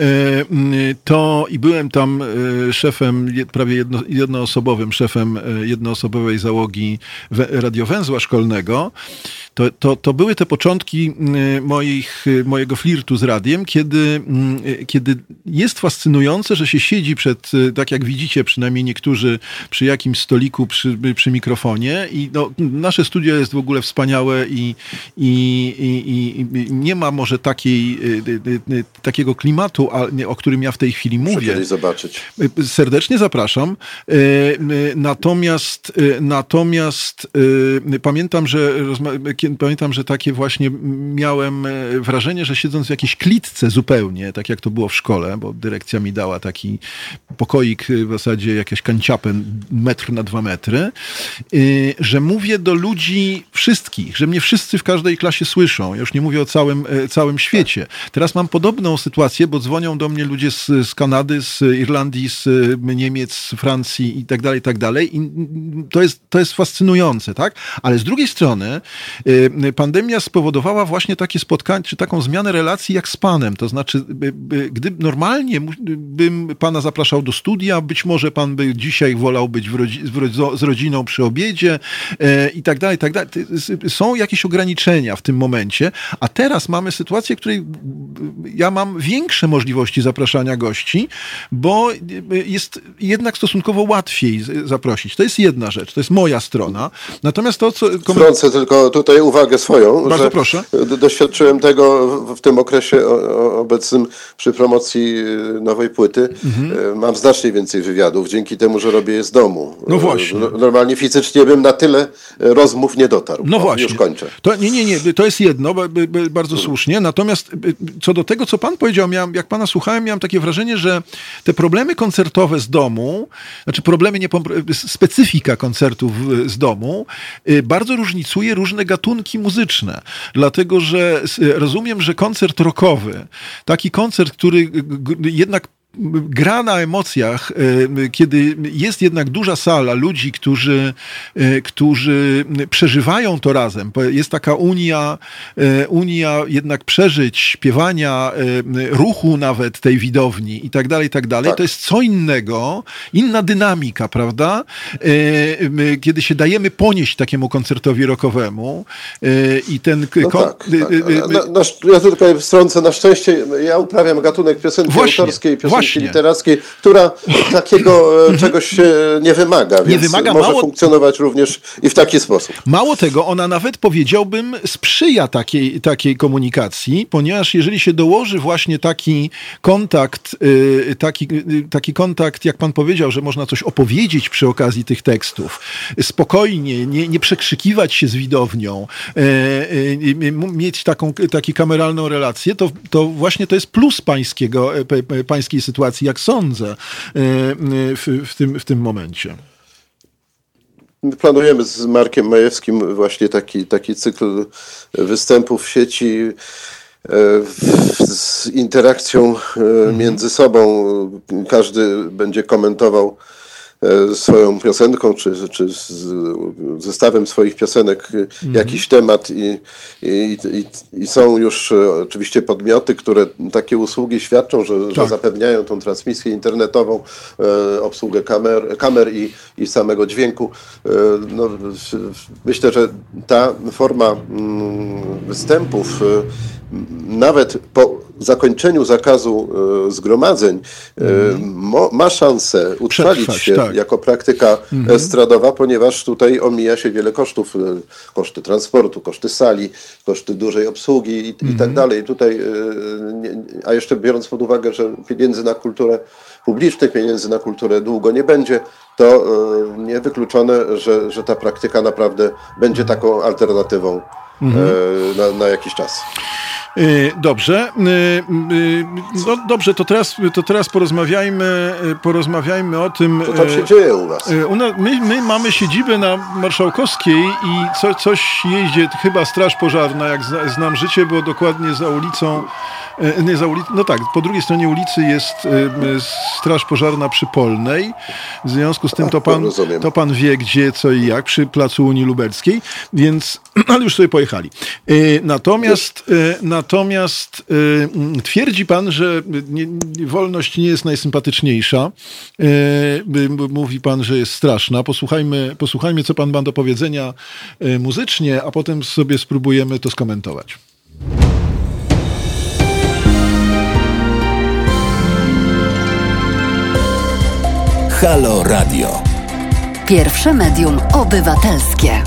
to i byłem tam szefem, prawie jedno, jednoosobowym szefem jednoosobowej załogi radiowęzła szkolnego, to, to, to były te początki moich, mojego flirtu z radiem, kiedy, kiedy jest fascynujące, że się siedzi przed, tak jak widzicie, przynajmniej niektórzy, przy jakimś stoliku, przy, przy mikrofonie i no, nasze studio jest w ogóle wspaniałe i, i, i, i nie ma może takiej, takiego klimatu, o którym ja w tej chwili mówię. Muszę kiedyś zobaczyć. Serdecznie zapraszam. Natomiast, natomiast pamiętam, że pamiętam, że takie właśnie miałem wrażenie, że siedząc w jakiejś klitce zupełnie, tak jak to było w szkole, bo dyrekcja mi dała taki pokoik w zasadzie jakieś kanciapę metr na dwa metry, że mówię do ludzi wszystkich, że mnie wszyscy w każdej klasie słyszą. Ja już nie mówię o całym, całym świecie. Teraz mam podobną sytuację, bo dzwonią do mnie ludzie z, z Kanady, z Irlandii, z Niemiec, z Francji i tak dalej, i tak dalej. I to jest, to jest fascynujące, tak? Ale z drugiej strony pandemia spowodowała właśnie takie spotkanie, czy taką zmianę relacji jak z panem. To znaczy, gdy normalnie bym pana zapraszał do studia, być może pan by dzisiaj wolał być w rodzi- z rodziną przy obiedzie i tak dalej, i tak dalej. Są jakieś ograniczenia w tym momencie, a teraz mamy sytuację, w której ja mam większe możliwości zapraszania gości, bo jest jednak stosunkowo łatwiej zaprosić. To jest jedna rzecz, to jest moja strona. Natomiast to, co... Wtrącę tylko tutaj dodaję uwagę swoją, Bardzo że proszę. doświadczyłem tego w, w tym okresie o, o, obecnym przy promocji nowej płyty. Mhm. Mam znacznie więcej wywiadów, dzięki temu, że robię je z domu. No właśnie. Normalnie fizycznie bym na tyle rozmów nie dotarł. No właśnie. Już kończę. To, nie, nie, nie, to jest jedno, bardzo mhm. słusznie. Natomiast co do tego, co pan powiedział, miałem, jak pana słuchałem, miałem takie wrażenie, że te problemy koncertowe z domu, znaczy problemy, nie, specyfika koncertów z domu, bardzo różnicuje różne gatunki muzyczne. Dlatego, że rozumiem, że koncert rockowy, taki koncert, który jednak gra na emocjach, kiedy jest jednak duża sala ludzi, którzy, którzy przeżywają to razem. Jest taka unia, unia jednak przeżyć, śpiewania, ruchu nawet tej widowni i tak dalej, i tak dalej. To jest co innego, inna dynamika, prawda? Kiedy się dajemy ponieść takiemu koncertowi rockowemu i ten... No kon... tak, tak. Na, na, ja tutaj wtrącę, na szczęście ja uprawiam gatunek piosenki Właśnie. autorskiej, piosenki Właśnie. literackiej, która takiego czegoś nie wymaga, więc nie wymaga, może mało... funkcjonować również i w taki sposób. Mało tego, ona nawet, powiedziałbym, sprzyja takiej, takiej komunikacji, ponieważ jeżeli się dołoży właśnie taki kontakt, taki, taki kontakt, jak pan powiedział, że można coś opowiedzieć przy okazji tych tekstów, spokojnie, nie, nie przekrzykiwać się z widownią, mieć taką, taką kameralną relację, to, to właśnie to jest plus pańskiego, pańskiej sytuacji, jak sądzę, w, w, tym, w tym momencie. My planujemy z Markiem Majewskim właśnie taki, taki cykl występów w sieci z interakcją między sobą. Każdy będzie komentował swoją piosenką, czy, czy z zestawem swoich piosenek mm. jakiś temat i, i, i, i są już oczywiście podmioty, które takie usługi świadczą, że, tak. że zapewniają tą transmisję internetową, e, obsługę kamer, kamer i, i samego dźwięku. E, no, myślę, że ta forma mm, występów e, nawet po zakończeniu zakazu e, zgromadzeń e, mo, ma szansę utrwalić Przetrwać, się tak. jako praktyka mhm. estradowa, ponieważ tutaj omija się wiele kosztów. E, koszty transportu, koszty sali, koszty dużej obsługi i, mhm. i tak dalej. Tutaj, e, nie, a jeszcze biorąc pod uwagę, że pieniędzy na kulturę publicznych, pieniędzy na kulturę długo nie będzie, to e, niewykluczone, że, że ta praktyka naprawdę będzie taką alternatywą mhm. e, na, na jakiś czas. Dobrze. No dobrze, to teraz, to teraz porozmawiajmy, porozmawiajmy o tym. Co tam się dzieje u was? My, my mamy siedzibę na Marszałkowskiej i co, coś jeździ, chyba straż pożarna, jak znam życie, bo dokładnie za ulicą, nie za ulicą, no tak, po drugiej stronie ulicy jest straż pożarna przy Polnej. W związku z tym to pan, to pan wie, gdzie, co i jak, przy placu Unii Lubelskiej, więc, ale już sobie pojechali. Natomiast, natomiast Natomiast y, twierdzi pan, że nie, wolność nie jest najsympatyczniejsza. Y, mówi pan, że jest straszna. Posłuchajmy, posłuchajmy, co pan ma do powiedzenia y, muzycznie, a potem sobie spróbujemy to skomentować. Halo Radio. Pierwsze medium obywatelskie.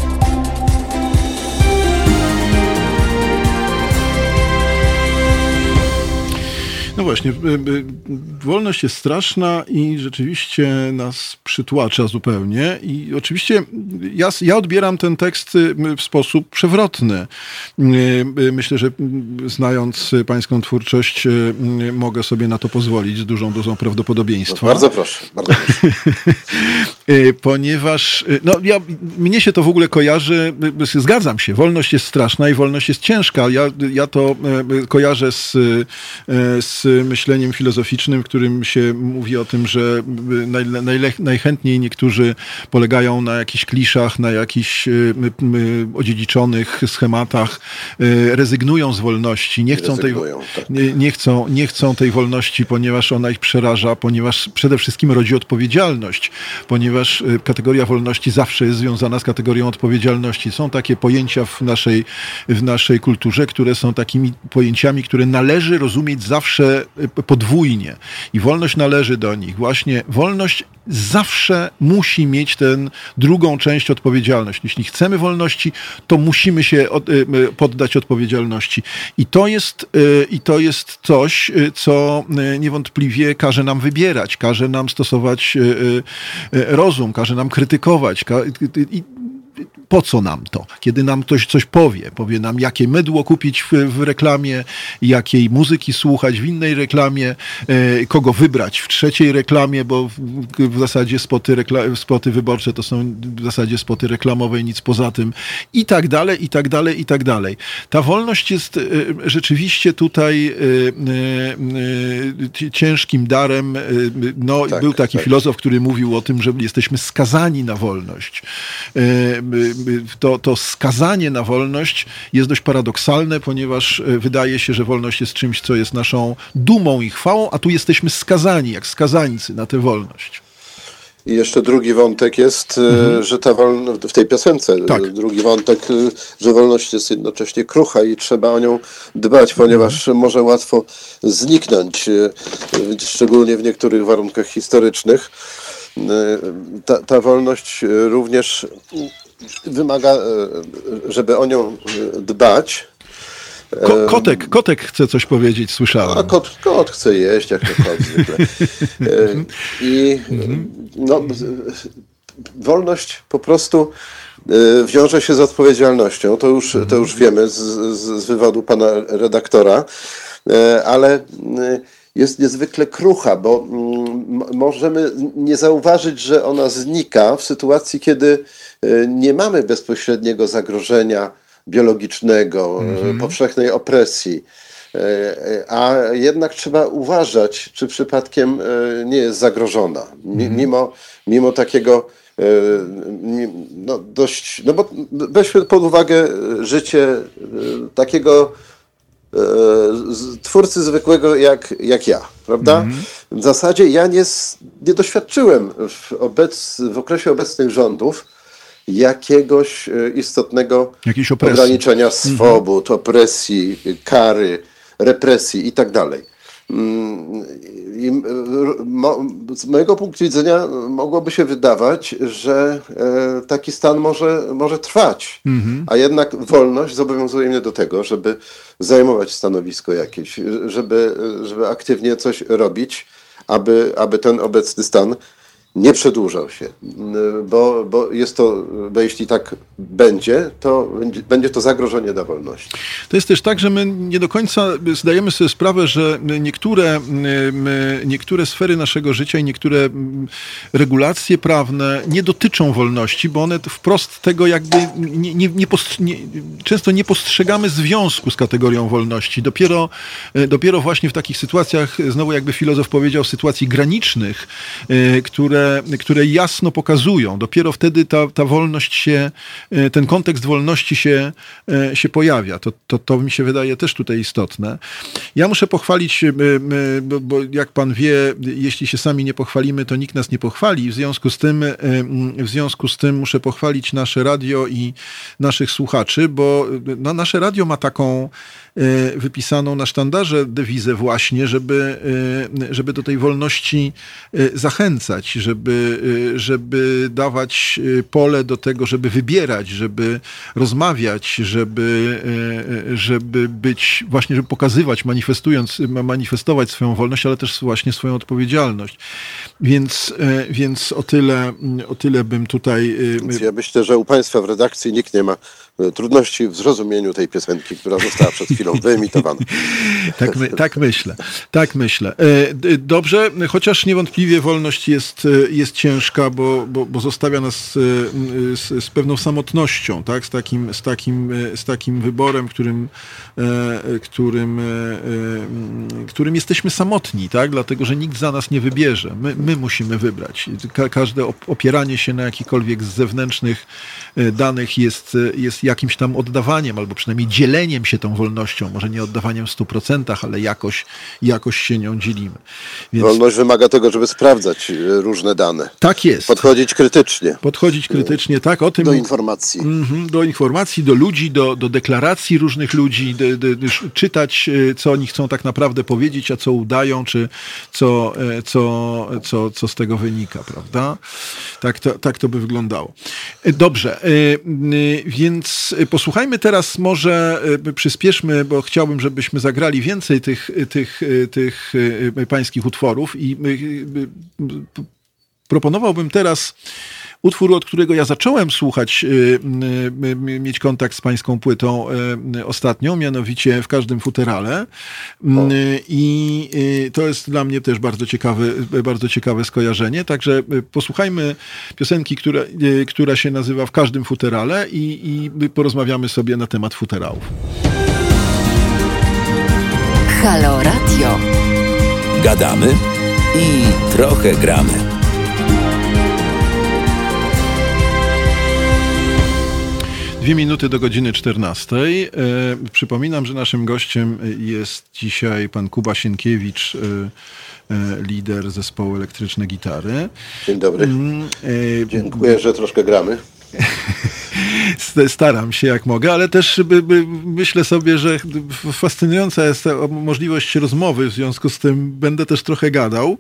No właśnie, wolność jest straszna i rzeczywiście nas przytłacza zupełnie i oczywiście ja, ja odbieram ten tekst w sposób przewrotny. Myślę, że znając pańską twórczość mogę sobie na to pozwolić z dużą dozą prawdopodobieństwa. No, bardzo proszę. Bardzo proszę. Ponieważ no, ja, mnie się to w ogóle kojarzy, zgadzam się, wolność jest straszna i wolność jest ciężka. Ja, ja to kojarzę z, z myśleniem filozoficznym, w którym się mówi o tym, że naj, najle, najchętniej niektórzy polegają na jakichś kliszach, na jakichś y, y, odziedziczonych schematach, y, rezygnują z wolności, nie chcą, tej, tak. nie, nie, chcą, nie chcą tej wolności, ponieważ ona ich przeraża, ponieważ przede wszystkim rodzi odpowiedzialność, ponieważ y, kategoria wolności zawsze jest związana z kategorią odpowiedzialności. Są takie pojęcia w naszej, w naszej kulturze, które są takimi pojęciami, które należy rozumieć zawsze je podwójnie i wolność należy do nich. Właśnie wolność zawsze musi mieć tę drugą część odpowiedzialność. Jeśli chcemy wolności, to musimy się od, poddać odpowiedzialności. I to jest, i to jest coś, co niewątpliwie każe nam wybierać, każe nam stosować rozum, każe nam krytykować. I po co nam to? Kiedy nam ktoś coś powie, powie nam, jakie mydło kupić w, w reklamie, jakiej muzyki słuchać w innej reklamie, e, kogo wybrać w trzeciej reklamie, bo w, w zasadzie spoty, rekla- spoty wyborcze to są w zasadzie spoty reklamowe i nic poza tym, i tak dalej, i tak dalej, i tak dalej. Ta wolność jest e, rzeczywiście tutaj e, e, ciężkim darem. E, no, tak, był taki tak. filozof, który mówił o tym, że jesteśmy skazani na wolność. E, To, to skazanie na wolność jest dość paradoksalne, ponieważ wydaje się, że wolność jest czymś, co jest naszą dumą i chwałą, a tu jesteśmy skazani, jak skazańcy na tę wolność. I jeszcze drugi wątek jest, mhm. że ta wolność, w tej piosence, tak. drugi wątek, że wolność jest jednocześnie krucha i trzeba o nią dbać, ponieważ mhm. może łatwo zniknąć, szczególnie w niektórych warunkach historycznych. Ta, ta wolność również wymaga, żeby o nią dbać. Ko- kotek, kotek chce coś powiedzieć, słyszałem. A kot, kot chce jeść, jak to kot zwykle. I no, wolność po prostu wiąże się z odpowiedzialnością. To już, to już wiemy z, z, z wywodu pana redaktora, ale jest niezwykle krucha, bo możemy nie zauważyć, że ona znika w sytuacji, kiedy nie mamy bezpośredniego zagrożenia biologicznego, mm-hmm. powszechnej opresji. A jednak trzeba uważać, czy przypadkiem nie jest zagrożona. Mimo, mimo takiego no dość, no bo weźmy pod uwagę życie takiego twórcy zwykłego jak, jak ja, prawda? Mm-hmm. W zasadzie ja nie, nie doświadczyłem w, obec, w okresie obecnych rządów jakiegoś istotnego ograniczenia swobód, mm-hmm. opresji, kary, represji i tak dalej. I mo, z mojego punktu widzenia mogłoby się wydawać, że e, taki stan może, może trwać, mm-hmm. a jednak wolność zobowiązuje mnie do tego, żeby zajmować stanowisko jakieś, żeby, żeby aktywnie coś robić, aby, aby ten obecny stan nie przedłużał się, bo, bo jest to, bo jeśli tak będzie, to będzie, będzie to zagrożenie dla wolności. To jest też tak, że my nie do końca zdajemy sobie sprawę, że niektóre, niektóre sfery naszego życia i niektóre regulacje prawne nie dotyczą wolności, bo one wprost tego jakby nie, nie, nie postrz- nie, często nie postrzegamy związku z kategorią wolności. Dopiero, dopiero właśnie w takich sytuacjach, znowu jakby filozof powiedział, sytuacji granicznych, które które jasno pokazują. Dopiero wtedy ta, ta wolność się, ten kontekst wolności się, się pojawia. To, to, to mi się wydaje też tutaj istotne. Ja muszę pochwalić, bo, bo jak pan wie, jeśli się sami nie pochwalimy, to nikt nas nie pochwali. W związku z tym, w związku z tym muszę pochwalić nasze radio i naszych słuchaczy, bo no, nasze radio ma taką wypisaną na sztandarze dewizę właśnie, żeby, żeby do tej wolności zachęcać, żeby, żeby dawać pole do tego, żeby wybierać, żeby rozmawiać, żeby, żeby być, właśnie żeby pokazywać, manifestując, manifestować swoją wolność, ale też właśnie swoją odpowiedzialność. Więc, więc o tyle, o tyle bym tutaj... Więc ja myślę, że u państwa w redakcji nikt nie ma trudności w zrozumieniu tej piosenki, która została przed chwilą wyemitowana. Tak, my, tak myślę. Tak myślę. Dobrze, chociaż niewątpliwie wolność jest, jest ciężka, bo, bo, bo zostawia nas z, z pewną samotnością, tak? Z takim, z takim, z takim wyborem, którym, którym, którym jesteśmy samotni, tak? Dlatego, że nikt za nas nie wybierze. My, my musimy wybrać. Ka- każde opieranie się na jakichkolwiek z zewnętrznych danych jest, jest jakimś tam oddawaniem, albo przynajmniej dzieleniem się tą wolnością. Może nie oddawaniem w stu procentach, ale jakoś, jakoś się nią dzielimy. Więc... Wolność wymaga tego, żeby sprawdzać różne różne dane. Tak jest. Podchodzić krytycznie. Podchodzić krytycznie, tak, o tym... Do informacji. Mhm, do informacji, do ludzi, do, do deklaracji różnych ludzi, do, do, do, czytać, co oni chcą tak naprawdę powiedzieć, a co udają, czy co, co, co, co z tego wynika, prawda? Tak to, tak to by wyglądało. Dobrze, więc posłuchajmy teraz, może przyspieszmy, bo chciałbym, żebyśmy zagrali więcej tych, tych, tych pańskich utworów i proponowałbym teraz utwór, od którego ja zacząłem słuchać, mieć kontakt z pańską płytą ostatnią, mianowicie W każdym futerale. I to jest dla mnie też bardzo ciekawe, bardzo ciekawe skojarzenie. Także posłuchajmy piosenki, która, która się nazywa W każdym futerale i, i porozmawiamy sobie na temat futerałów. Halo Radio. Gadamy i trochę gramy. Dwie minuty do godziny czternastej. E, przypominam, że naszym gościem jest dzisiaj pan Kuba Sienkiewicz, e, e, lider zespołu Elektryczne Gitary. Dzień dobry. E, Dziękuję, że troszkę gramy. Staram się jak mogę, ale też by, by, myślę sobie, że fascynująca jest ta możliwość rozmowy, w związku z tym będę też trochę gadał.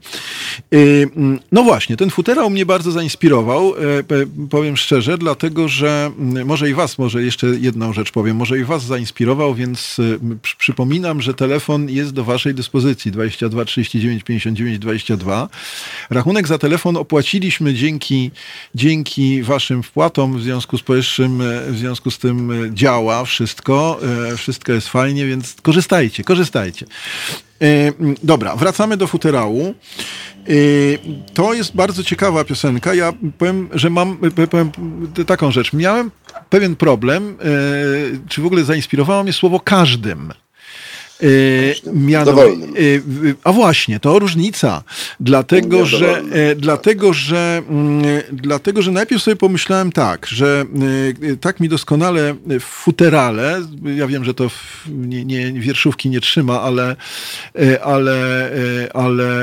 No właśnie, ten futerał mnie bardzo zainspirował, powiem szczerze, dlatego, że może i was, może jeszcze jedną rzecz powiem, może i was zainspirował, więc przypominam, że telefon jest do waszej dyspozycji, dwadzieścia dwa trzydzieści dziewięć pięćdziesiąt dziewięć dwadzieścia dwa. Rachunek za telefon opłaciliśmy dzięki, dzięki waszym wpłatom, w związku z powyższym, w związku z tym działa wszystko, wszystko jest fajnie, więc korzystajcie, korzystajcie. Dobra, wracamy do futerału. To jest bardzo ciekawa piosenka. Ja powiem, że mam powiem taką rzecz. Miałem pewien problem, czy w ogóle zainspirowało mnie słowo każdym. Mianowicie, a właśnie, to różnica, dlatego że, dlatego, że, dlatego, że najpierw sobie pomyślałem tak, że tak mi doskonale w futerale, ja wiem, że to w, nie, nie, wierszówki nie trzyma, ale, ale, ale,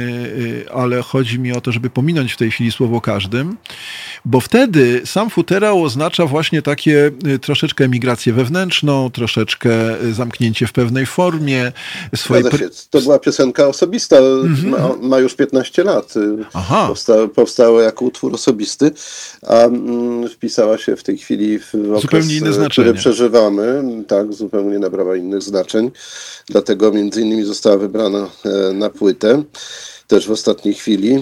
ale chodzi mi o to, żeby pominąć w tej chwili słowo każdym, bo wtedy sam futerał oznacza właśnie takie troszeczkę emigrację wewnętrzną, troszeczkę zamknięcie w pewnej formie. Swojej... To była piosenka osobista, mm-hmm. ma, ma już piętnaście lat. Aha. Powsta, powstała jako utwór osobisty, a mm, wpisała się w tej chwili w okres, zupełnie inne znaczenie, który przeżywamy. Tak, zupełnie nabrała innych znaczeń. Dlatego między innymi została wybrana e, na płytę. Też w ostatniej chwili.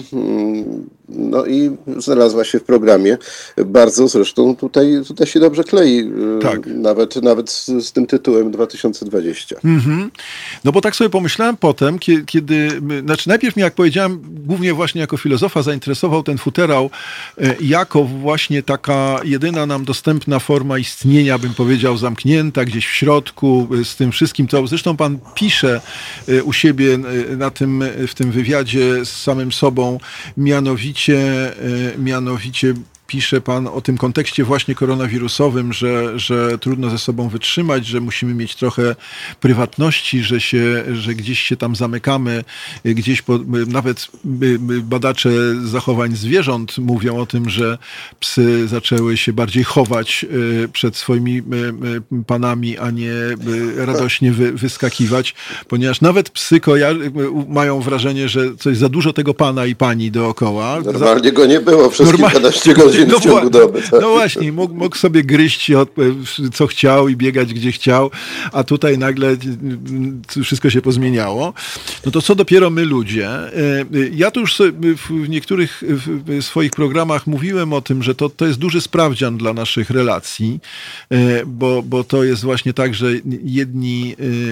No i znalazła się w programie. Bardzo zresztą tutaj, tutaj się dobrze klei. Tak. Nawet, nawet z, z tym tytułem dwa tysiące dwadzieścia. Mm-hmm. No bo tak sobie pomyślałem potem, kiedy, kiedy... Znaczy najpierw mnie, jak powiedziałem, głównie właśnie jako filozofa zainteresował ten futerał jako właśnie taka jedyna nam dostępna forma istnienia, bym powiedział, zamknięta gdzieś w środku z tym wszystkim, co zresztą pan pisze u siebie na tym, w tym wywiadzie z samym sobą, mianowicie, mianowicie pisze pan o tym kontekście właśnie koronawirusowym, że, że trudno ze sobą wytrzymać, że musimy mieć trochę prywatności, że, się, że gdzieś się tam zamykamy, gdzieś po, nawet badacze zachowań zwierząt mówią o tym, że psy zaczęły się bardziej chować przed swoimi panami, a nie radośnie wy, wyskakiwać, ponieważ nawet psy kojar- mają wrażenie, że coś za dużo tego pana i pani dookoła. Normalnie go nie było przez Normal... kilkanaście godzin. No, w ciągu doby, tak. No właśnie, mógł, mógł sobie gryźć co chciał i biegać gdzie chciał, a tutaj nagle wszystko się pozmieniało. No to co dopiero my ludzie. Ja tu już w niektórych swoich programach mówiłem o tym, że to, to jest duży sprawdzian dla naszych relacji, bo, bo to jest właśnie tak, że jedni,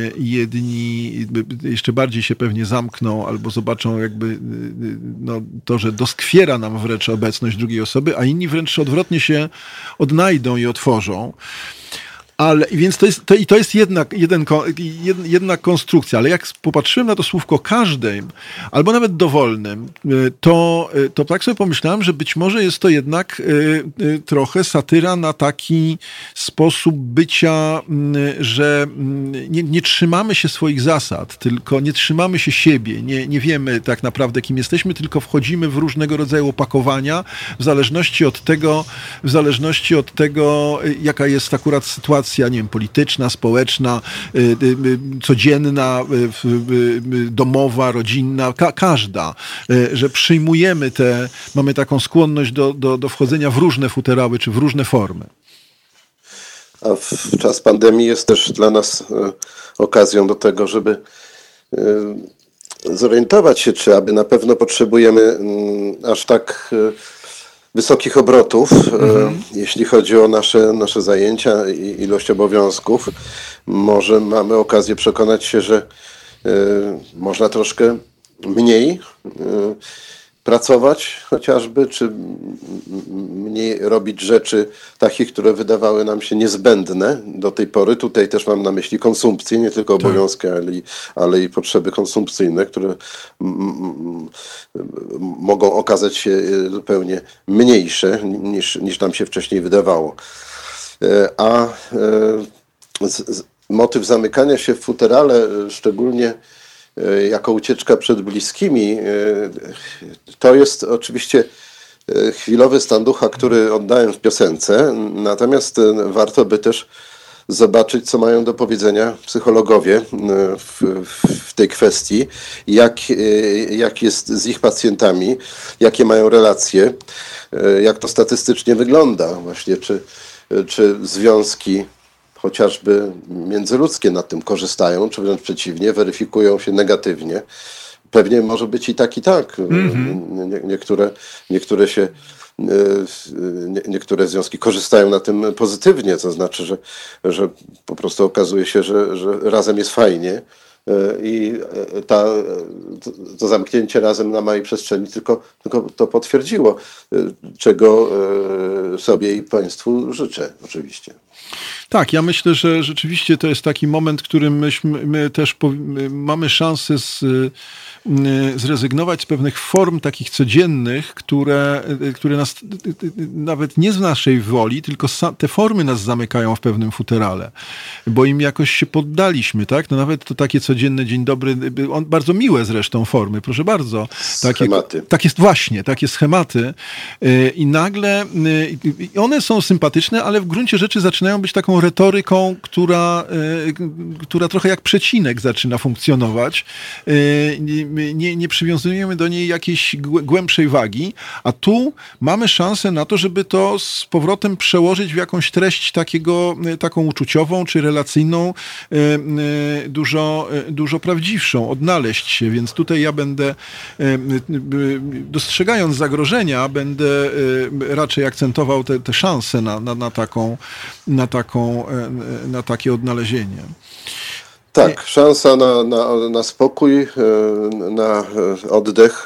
jedni jeszcze bardziej się pewnie zamkną albo zobaczą jakby no, to, że doskwiera nam wręcz obecność drugiej osoby, a inni wręcz odwrotnie się odnajdą i otworzą. Ale więc to jest, to, i to jest jedna, jeden, jed, jedna konstrukcja, ale jak popatrzyłem na to słówko każdym, albo nawet dowolnym, to, to tak sobie pomyślałem, że być może jest to jednak trochę satyra na taki sposób bycia, że nie, nie trzymamy się swoich zasad, tylko nie trzymamy się siebie, nie, nie wiemy tak naprawdę, kim jesteśmy, tylko wchodzimy w różnego rodzaju opakowania w zależności od tego, w zależności od tego, jaka jest akurat sytuacja, nie wiem, polityczna, społeczna, y, y, codzienna, y, y, domowa, rodzinna, ka- każda, y, że przyjmujemy te, mamy taką skłonność do, do, do wchodzenia w różne futerały, czy w różne formy. A w czas pandemii jest też dla nas y, okazją do tego, żeby y, zorientować się, czy aby na pewno potrzebujemy y, aż tak y, wysokich obrotów, mhm. jeśli chodzi o nasze, nasze zajęcia i ilość obowiązków. Może mamy okazję przekonać się, że y, można troszkę mniej y, pracować chociażby, czy mniej robić rzeczy takich, które wydawały nam się niezbędne do tej pory. Tutaj też mam na myśli konsumpcję, nie tylko obowiązki, ale i, ale i potrzeby konsumpcyjne, które m, m, mogą okazać się zupełnie mniejsze niż, niż nam się wcześniej wydawało. A z, z, motyw zamykania się w futerale, szczególnie jako ucieczka przed bliskimi, to jest oczywiście chwilowy stan ducha, który oddałem w piosence, natomiast warto by też zobaczyć, co mają do powiedzenia psychologowie w, w tej kwestii, jak, jak jest z ich pacjentami, jakie mają relacje, jak to statystycznie wygląda, właśnie czy, czy związki chociażby międzyludzkie na tym korzystają, czy wręcz przeciwnie, weryfikują się negatywnie. Pewnie może być i tak, i tak. Mm-hmm. Nie, niektóre, niektóre się nie, niektóre związki korzystają na tym pozytywnie, to znaczy, że, że po prostu okazuje się, że, że razem jest fajnie i ta, to, to zamknięcie razem na małej przestrzeni tylko, tylko to potwierdziło, czego sobie i Państwu życzę oczywiście. Tak, ja myślę, że rzeczywiście to jest taki moment, w którym myśmy, my też po, my mamy szansę z, zrezygnować z pewnych form takich codziennych, które, które nas nawet nie z naszej woli, tylko te formy nas zamykają w pewnym futerale, bo im jakoś się poddaliśmy, tak? No nawet to takie codzienne dzień dobry, on, bardzo miłe zresztą formy, proszę bardzo. Takie, schematy. Tak jest właśnie, takie schematy i nagle i one są sympatyczne, ale w gruncie rzeczy zaczynają być taką retoryką, która, która trochę jak przecinek zaczyna funkcjonować. Nie, nie przywiązujemy do niej jakiejś głębszej wagi, a tu mamy szansę na to, żeby to z powrotem przełożyć w jakąś treść takiego, taką uczuciową czy relacyjną, dużo, dużo prawdziwszą, odnaleźć się. Więc tutaj ja będę, dostrzegając zagrożenia, będę raczej akcentował te, te szanse na, na, na, taką, na, taką, na takie odnalezienie. Tak, szansa na, na, na spokój, na oddech,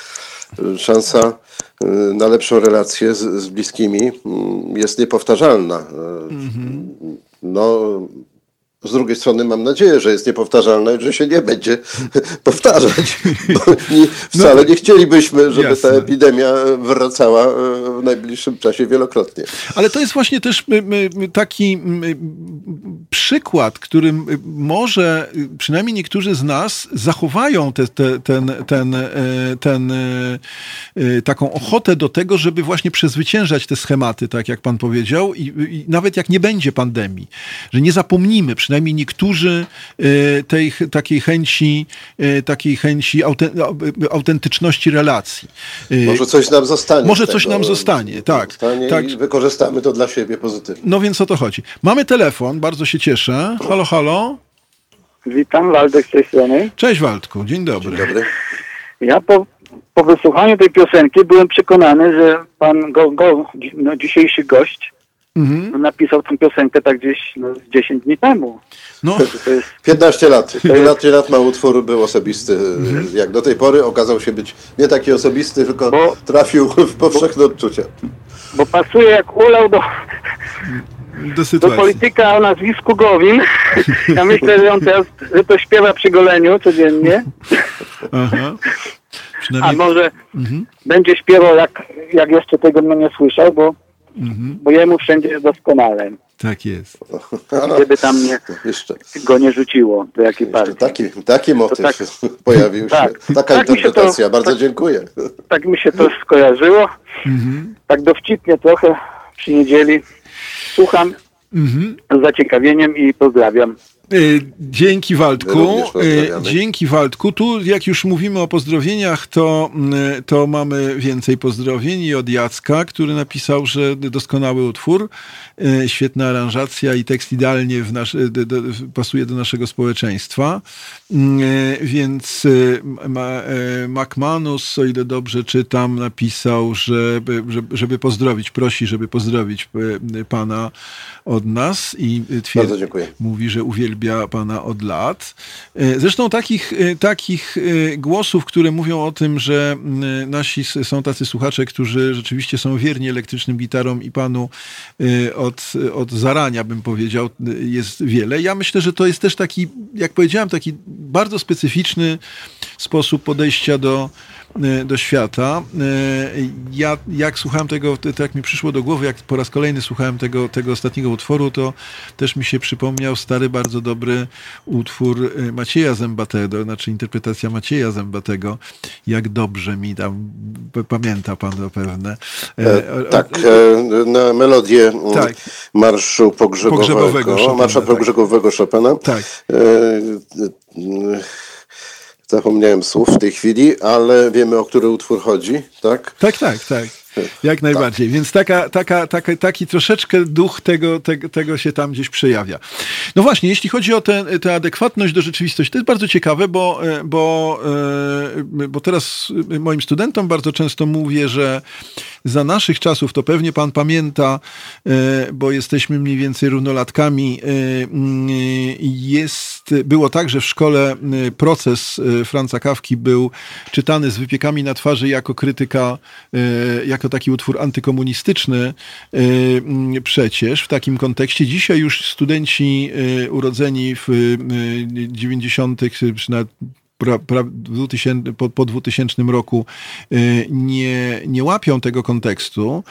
szansa na lepszą relację z, z bliskimi jest niepowtarzalna. Mm-hmm. No, z drugiej strony mam nadzieję, że jest niepowtarzalna i że się nie będzie powtarzać, bo nie, wcale no, nie chcielibyśmy, żeby jasne. Ta epidemia wracała w najbliższym czasie wielokrotnie. Ale to jest właśnie też taki przykład, którym może przynajmniej niektórzy z nas zachowają te, te, ten, ten, ten, taką ochotę do tego, żeby właśnie przezwyciężać te schematy, tak jak pan powiedział, i, i nawet jak nie będzie pandemii, że nie zapomnimy, przynajmniej Przynajmniej niektórzy tej, takiej chęci, takiej chęci autentyczności relacji. Może coś nam zostanie. Może coś nam zostanie, tak. Zostanie tak. I wykorzystamy to dla siebie pozytywnie. No więc o to chodzi. Mamy telefon, bardzo się cieszę. Halo, halo. Witam, Waldek z tej strony. Cześć Waldku, dzień dobry. Dzień dobry. Ja po, po wysłuchaniu tej piosenki byłem przekonany, że pan go, go, no, dzisiejszy gość Mhm. napisał tę piosenkę tak gdzieś no, dziesięć dni temu. No. To jest, piętnaście lat. piętnaście lat ma utwór, był osobisty. Mhm. Jak do tej pory okazał się być nie taki osobisty, tylko bo, trafił w powszechne odczucia. Bo pasuje jak ulał do, do Do sytuacji. polityka o nazwisku Gowin. Ja myślę, że on teraz, że to śpiewa przy goleniu codziennie. Aha. A Przynajmniej... może Mhm. będzie śpiewał, jak, jak jeszcze tego mnie nie słyszał, bo, Mhm. bo jemu wszędzie jest doskonale. Tak jest. Gdyby tam nie, Jeszcze, go nie rzuciło do jakiej jeszcze partii. taki, taki motyw tak- pojawił się. tak. Taka Tak mi się to- interpretacja. Bardzo tak- dziękuję. Tak mi się to skojarzyło. Mhm. Tak dowcipnie trochę przy niedzieli. Słucham Mhm. z zaciekawieniem i pozdrawiam. Y, Dzięki My Waldku. również Y, pozdrawiamy. Dzięki Waldku. Tu jak już mówimy o pozdrowieniach, to, y, to mamy więcej pozdrowień i od Jacka, który napisał, że doskonały utwór, y, świetna aranżacja i tekst idealnie w nasz, do, do, pasuje do naszego społeczeństwa. Y, Więc y, ma, y, McManus, o ile dobrze czytam, napisał, żeby, żeby, żeby pozdrowić, prosi, żeby pozdrowić y, pana od nas i y, twierdzi, Bardzo dziękuję. mówi, że uwielbia pana od lat. E, Zresztą takich, e, takich e, głosów, które mówią o tym, że m, nasi s- są tacy słuchacze, którzy rzeczywiście są wierni elektrycznym gitarom i panu e, od, od zarania, bym powiedział, e, jest wiele. Ja myślę, że to jest też taki, jak powiedziałem, taki bardzo specyficzny sposób podejścia do e, do świata. E, Ja jak słuchałem tego, to jak mi przyszło do głowy, jak po raz kolejny słuchałem tego, tego ostatniego utworu, to też mi się przypomniał stary, bardzo dobry utwór e, Macieja Zębatego, znaczy interpretacja Macieja Zębatego. Jak dobrze mi tam, p- pamięta pan zapewne. E, E, o- tak, o- e, na melodię m, Tak. marszu pogrzebowego, Pogrzebowego Chopina, marsza tak. pogrzebowego Chopina. Tak. E, e, Zapomniałem słów w tej chwili, ale wiemy, o który utwór chodzi, tak? Tak, tak, tak. Jak najbardziej. Więc taka, taka, taka, taki troszeczkę duch tego, tego, tego się tam gdzieś przejawia. No właśnie, jeśli chodzi o tę tę adekwatność do rzeczywistości, to jest bardzo ciekawe, bo, e, bo, e, bo teraz moim studentom bardzo często mówię, że za naszych czasów, to pewnie pan pamięta, e, bo jesteśmy mniej więcej równolatkami, e, mm, jest, było tak, że w szkole e, proces e, Franza Kafki był czytany z wypiekami na twarzy jako krytyka, e, jako taki utwór antykomunistyczny e, mm, przecież w takim kontekście. Dzisiaj już studenci e, urodzeni w e, dziewięćdziesiątych czy nawet pra, pra, dwutysięcznym, po, po dwutysięcznym roku e, nie, nie łapią tego kontekstu.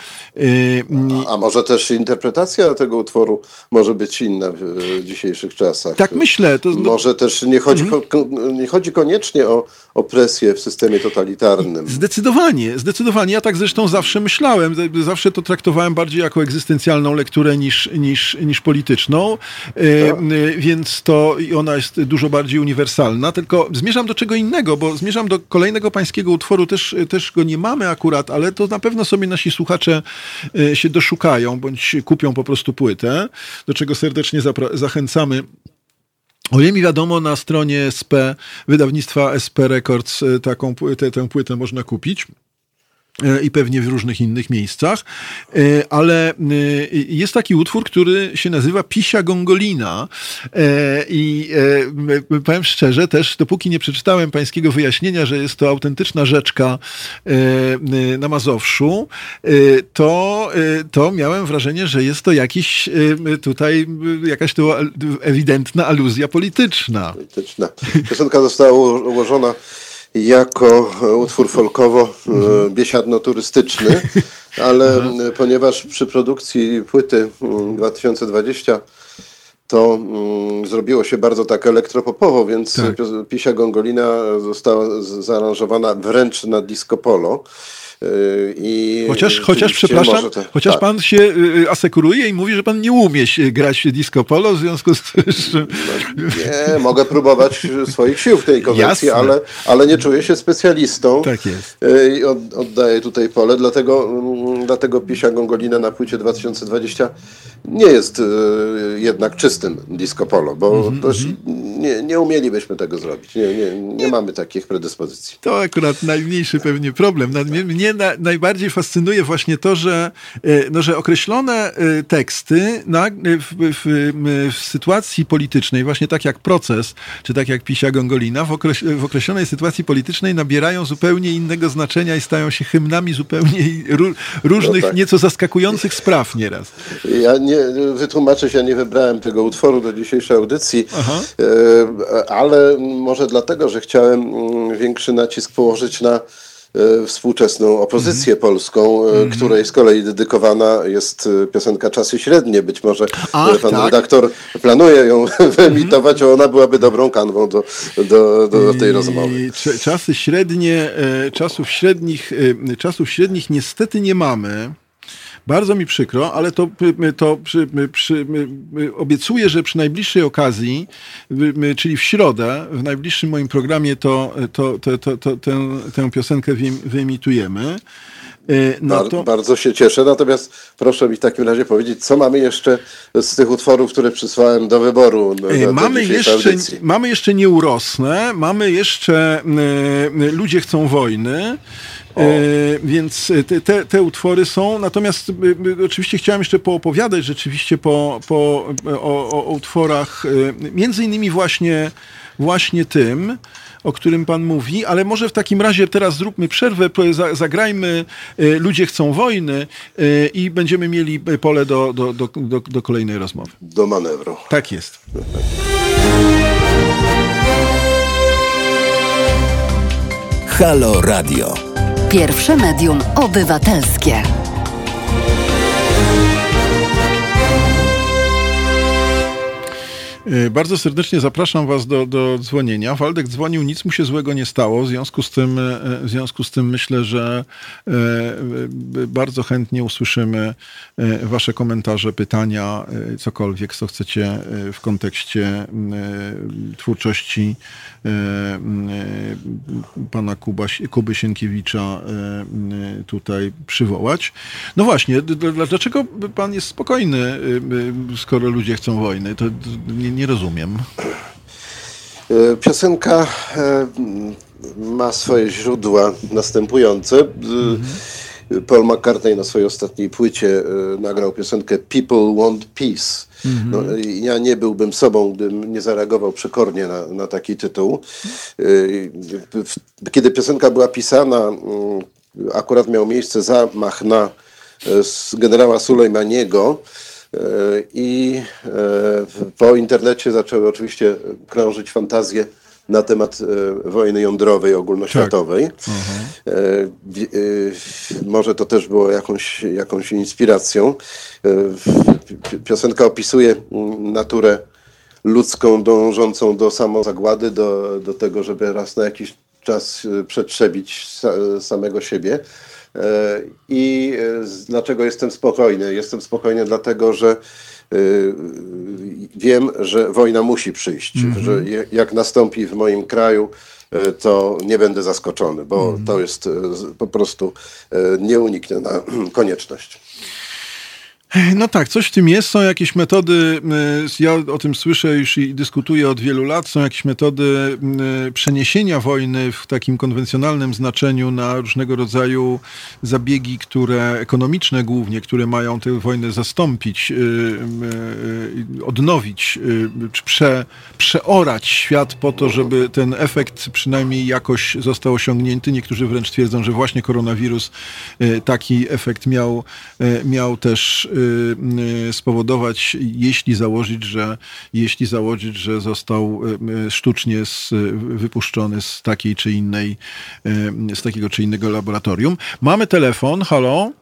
E, A może też interpretacja tego utworu może być inna w w dzisiejszych czasach. Tak myślę. To, Może też nie chodzi, ko- ko- nie chodzi koniecznie o opresję w systemie totalitarnym. Zdecydowanie, zdecydowanie. Ja tak zresztą zawsze myślałem. Z- Zawsze to traktowałem bardziej jako egzystencjalną lekturę niż, niż, niż polityczną. E, e, Więc to i ona jest dużo bardziej uniwersalna. Tylko zmierzam do czego innego, bo zmierzam do kolejnego pańskiego utworu. Też, też go nie mamy akurat, ale to na pewno sobie nasi słuchacze e, się doszukają, bądź kupią po prostu płytę, do czego serdecznie zapra- zachęcamy. O ile mi wiadomo, na stronie S P, wydawnictwa S P Records e, taką płytę, tę płytę można kupić. E, I pewnie w różnych innych miejscach, E, ale e, jest taki utwór, który się nazywa Pisia Gongolina E, i e, powiem szczerze też, dopóki nie przeczytałem pańskiego wyjaśnienia, że jest to autentyczna rzeczka e, e, na Mazowszu, e, to, e, to miałem wrażenie, że jest to jakiś e, tutaj e, jakaś to ewidentna aluzja polityczna. Polityczna. Piosenka została uło- ułożona jako utwór folkowo-biesiadno-turystyczny, ale m, ponieważ przy produkcji płyty m, dwa tysiące dwadzieścia to mm, zrobiło się bardzo tak elektropopowo, więc Tak. pio- Pisia Gongolina została z- zaaranżowana wręcz na disco polo. Yy, I Chociaż, chociaż rzeczywiście przepraszam, może to- chociaż tak. pan się y, asekuruje i mówi, że pan nie umie się grać disco polo, w związku z czym... Nie, mogę próbować swoich sił w tej konwencji, Jasne. ale, ale nie czuję się specjalistą. Tak jest. Yy, I od, oddaję tutaj pole, dlatego, mm, dlatego Pisia Gongolina na płycie dwa tysiące dwadzieścia nie jest yy, jednak czystym disco polo, bo Mhm, też nie, nie umielibyśmy tego zrobić. Nie, nie, nie mamy takich predyspozycji. To akurat najmniejszy pewnie problem. Mnie na, najbardziej fascynuje właśnie to, że, no, że określone teksty na, w, w, w sytuacji politycznej, właśnie tak jak Proces, czy tak jak Pisia Gongolina, w, okreś, w określonej sytuacji politycznej nabierają zupełnie innego znaczenia i stają się hymnami zupełnie różnych, no tak. nieco zaskakujących spraw nieraz. Ja nie wytłumaczę się, ja nie wybrałem tego utworu do dzisiejszej audycji, Aha. ale może dlatego, że chciałem większy nacisk położyć na współczesną opozycję mm. polską, mm. której z kolei dedykowana jest piosenka Czasy Średnie. Być może Ach, pan tak? redaktor planuje ją wyemitować, mm. ona byłaby dobrą kanwą do, do, do, do tej rozmowy. Czasy średnie, czasów średnich, czasów średnich niestety nie mamy. Bardzo mi przykro, ale to, to przy, przy, obiecuję, że przy najbliższej okazji, czyli w środę, w najbliższym moim programie to, to, to, to, to tę, tę piosenkę wyemitujemy. No to... Bardzo się cieszę, natomiast proszę mi w takim razie powiedzieć, co mamy jeszcze z tych utworów, które przysłałem do wyboru. Do, do mamy, jeszcze, mamy jeszcze Nieurosne, mamy jeszcze y, Ludzie chcą wojny. E, więc te, te utwory są, natomiast y, oczywiście chciałem jeszcze poopowiadać rzeczywiście po, po, o, o utworach, y, między innymi właśnie, właśnie tym, o którym pan mówi, ale może w takim razie teraz zróbmy przerwę, zagrajmy y, Ludzie chcą wojny y, i będziemy mieli pole do, do, do, do, do kolejnej rozmowy. Do manewru. Tak jest. Halo Radio. Pierwsze medium obywatelskie. Bardzo serdecznie zapraszam was do, do dzwonienia. Waldek dzwonił, nic mu się złego nie stało. W związku z tym, w związku z tym myślę, że bardzo chętnie usłyszymy wasze komentarze, pytania, cokolwiek, co chcecie w kontekście twórczości pana Kuba, Kuby Sienkiewicza tutaj przywołać. No właśnie, dlaczego pan jest spokojny, skoro ludzie chcą wojny? To nie Nie rozumiem. Piosenka ma swoje źródła następujące. Mhm. Paul McCartney na swojej ostatniej płycie nagrał piosenkę People Want Peace. Mhm. No, ja nie byłbym sobą, gdybym nie zareagował przekornie na, na taki tytuł. Kiedy piosenka była pisana, akurat miał miejsce zamach na generała Sulejmaniego. I po internecie zaczęły oczywiście krążyć fantazje na temat wojny jądrowej ogólnoświatowej. Tak. Uh-huh. Może to też było jakąś, jakąś inspiracją. Piosenka opisuje naturę ludzką dążącą do samozagłady, do, do tego, żeby raz na jakiś czas przetrzebić samego siebie. I dlaczego jestem spokojny? Jestem spokojny dlatego, że wiem, że wojna musi przyjść, mm-hmm. że jak nastąpi w moim kraju, to nie będę zaskoczony, bo mm. to jest po prostu nieunikniona konieczność. No tak, coś w tym jest. Są jakieś metody, ja o tym słyszę już i dyskutuję od wielu lat, są jakieś metody przeniesienia wojny w takim konwencjonalnym znaczeniu na różnego rodzaju zabiegi, które ekonomiczne głównie, które mają tę wojnę zastąpić, odnowić, czy prze, przeorać świat po to, żeby ten efekt przynajmniej jakoś został osiągnięty. Niektórzy wręcz twierdzą, że właśnie koronawirus taki efekt miał, miał też spowodować, jeśli założyć, że jeśli założyć, że został sztucznie z, wypuszczony z takiej czy innej, z takiego czy innego laboratorium. Mamy telefon, halo?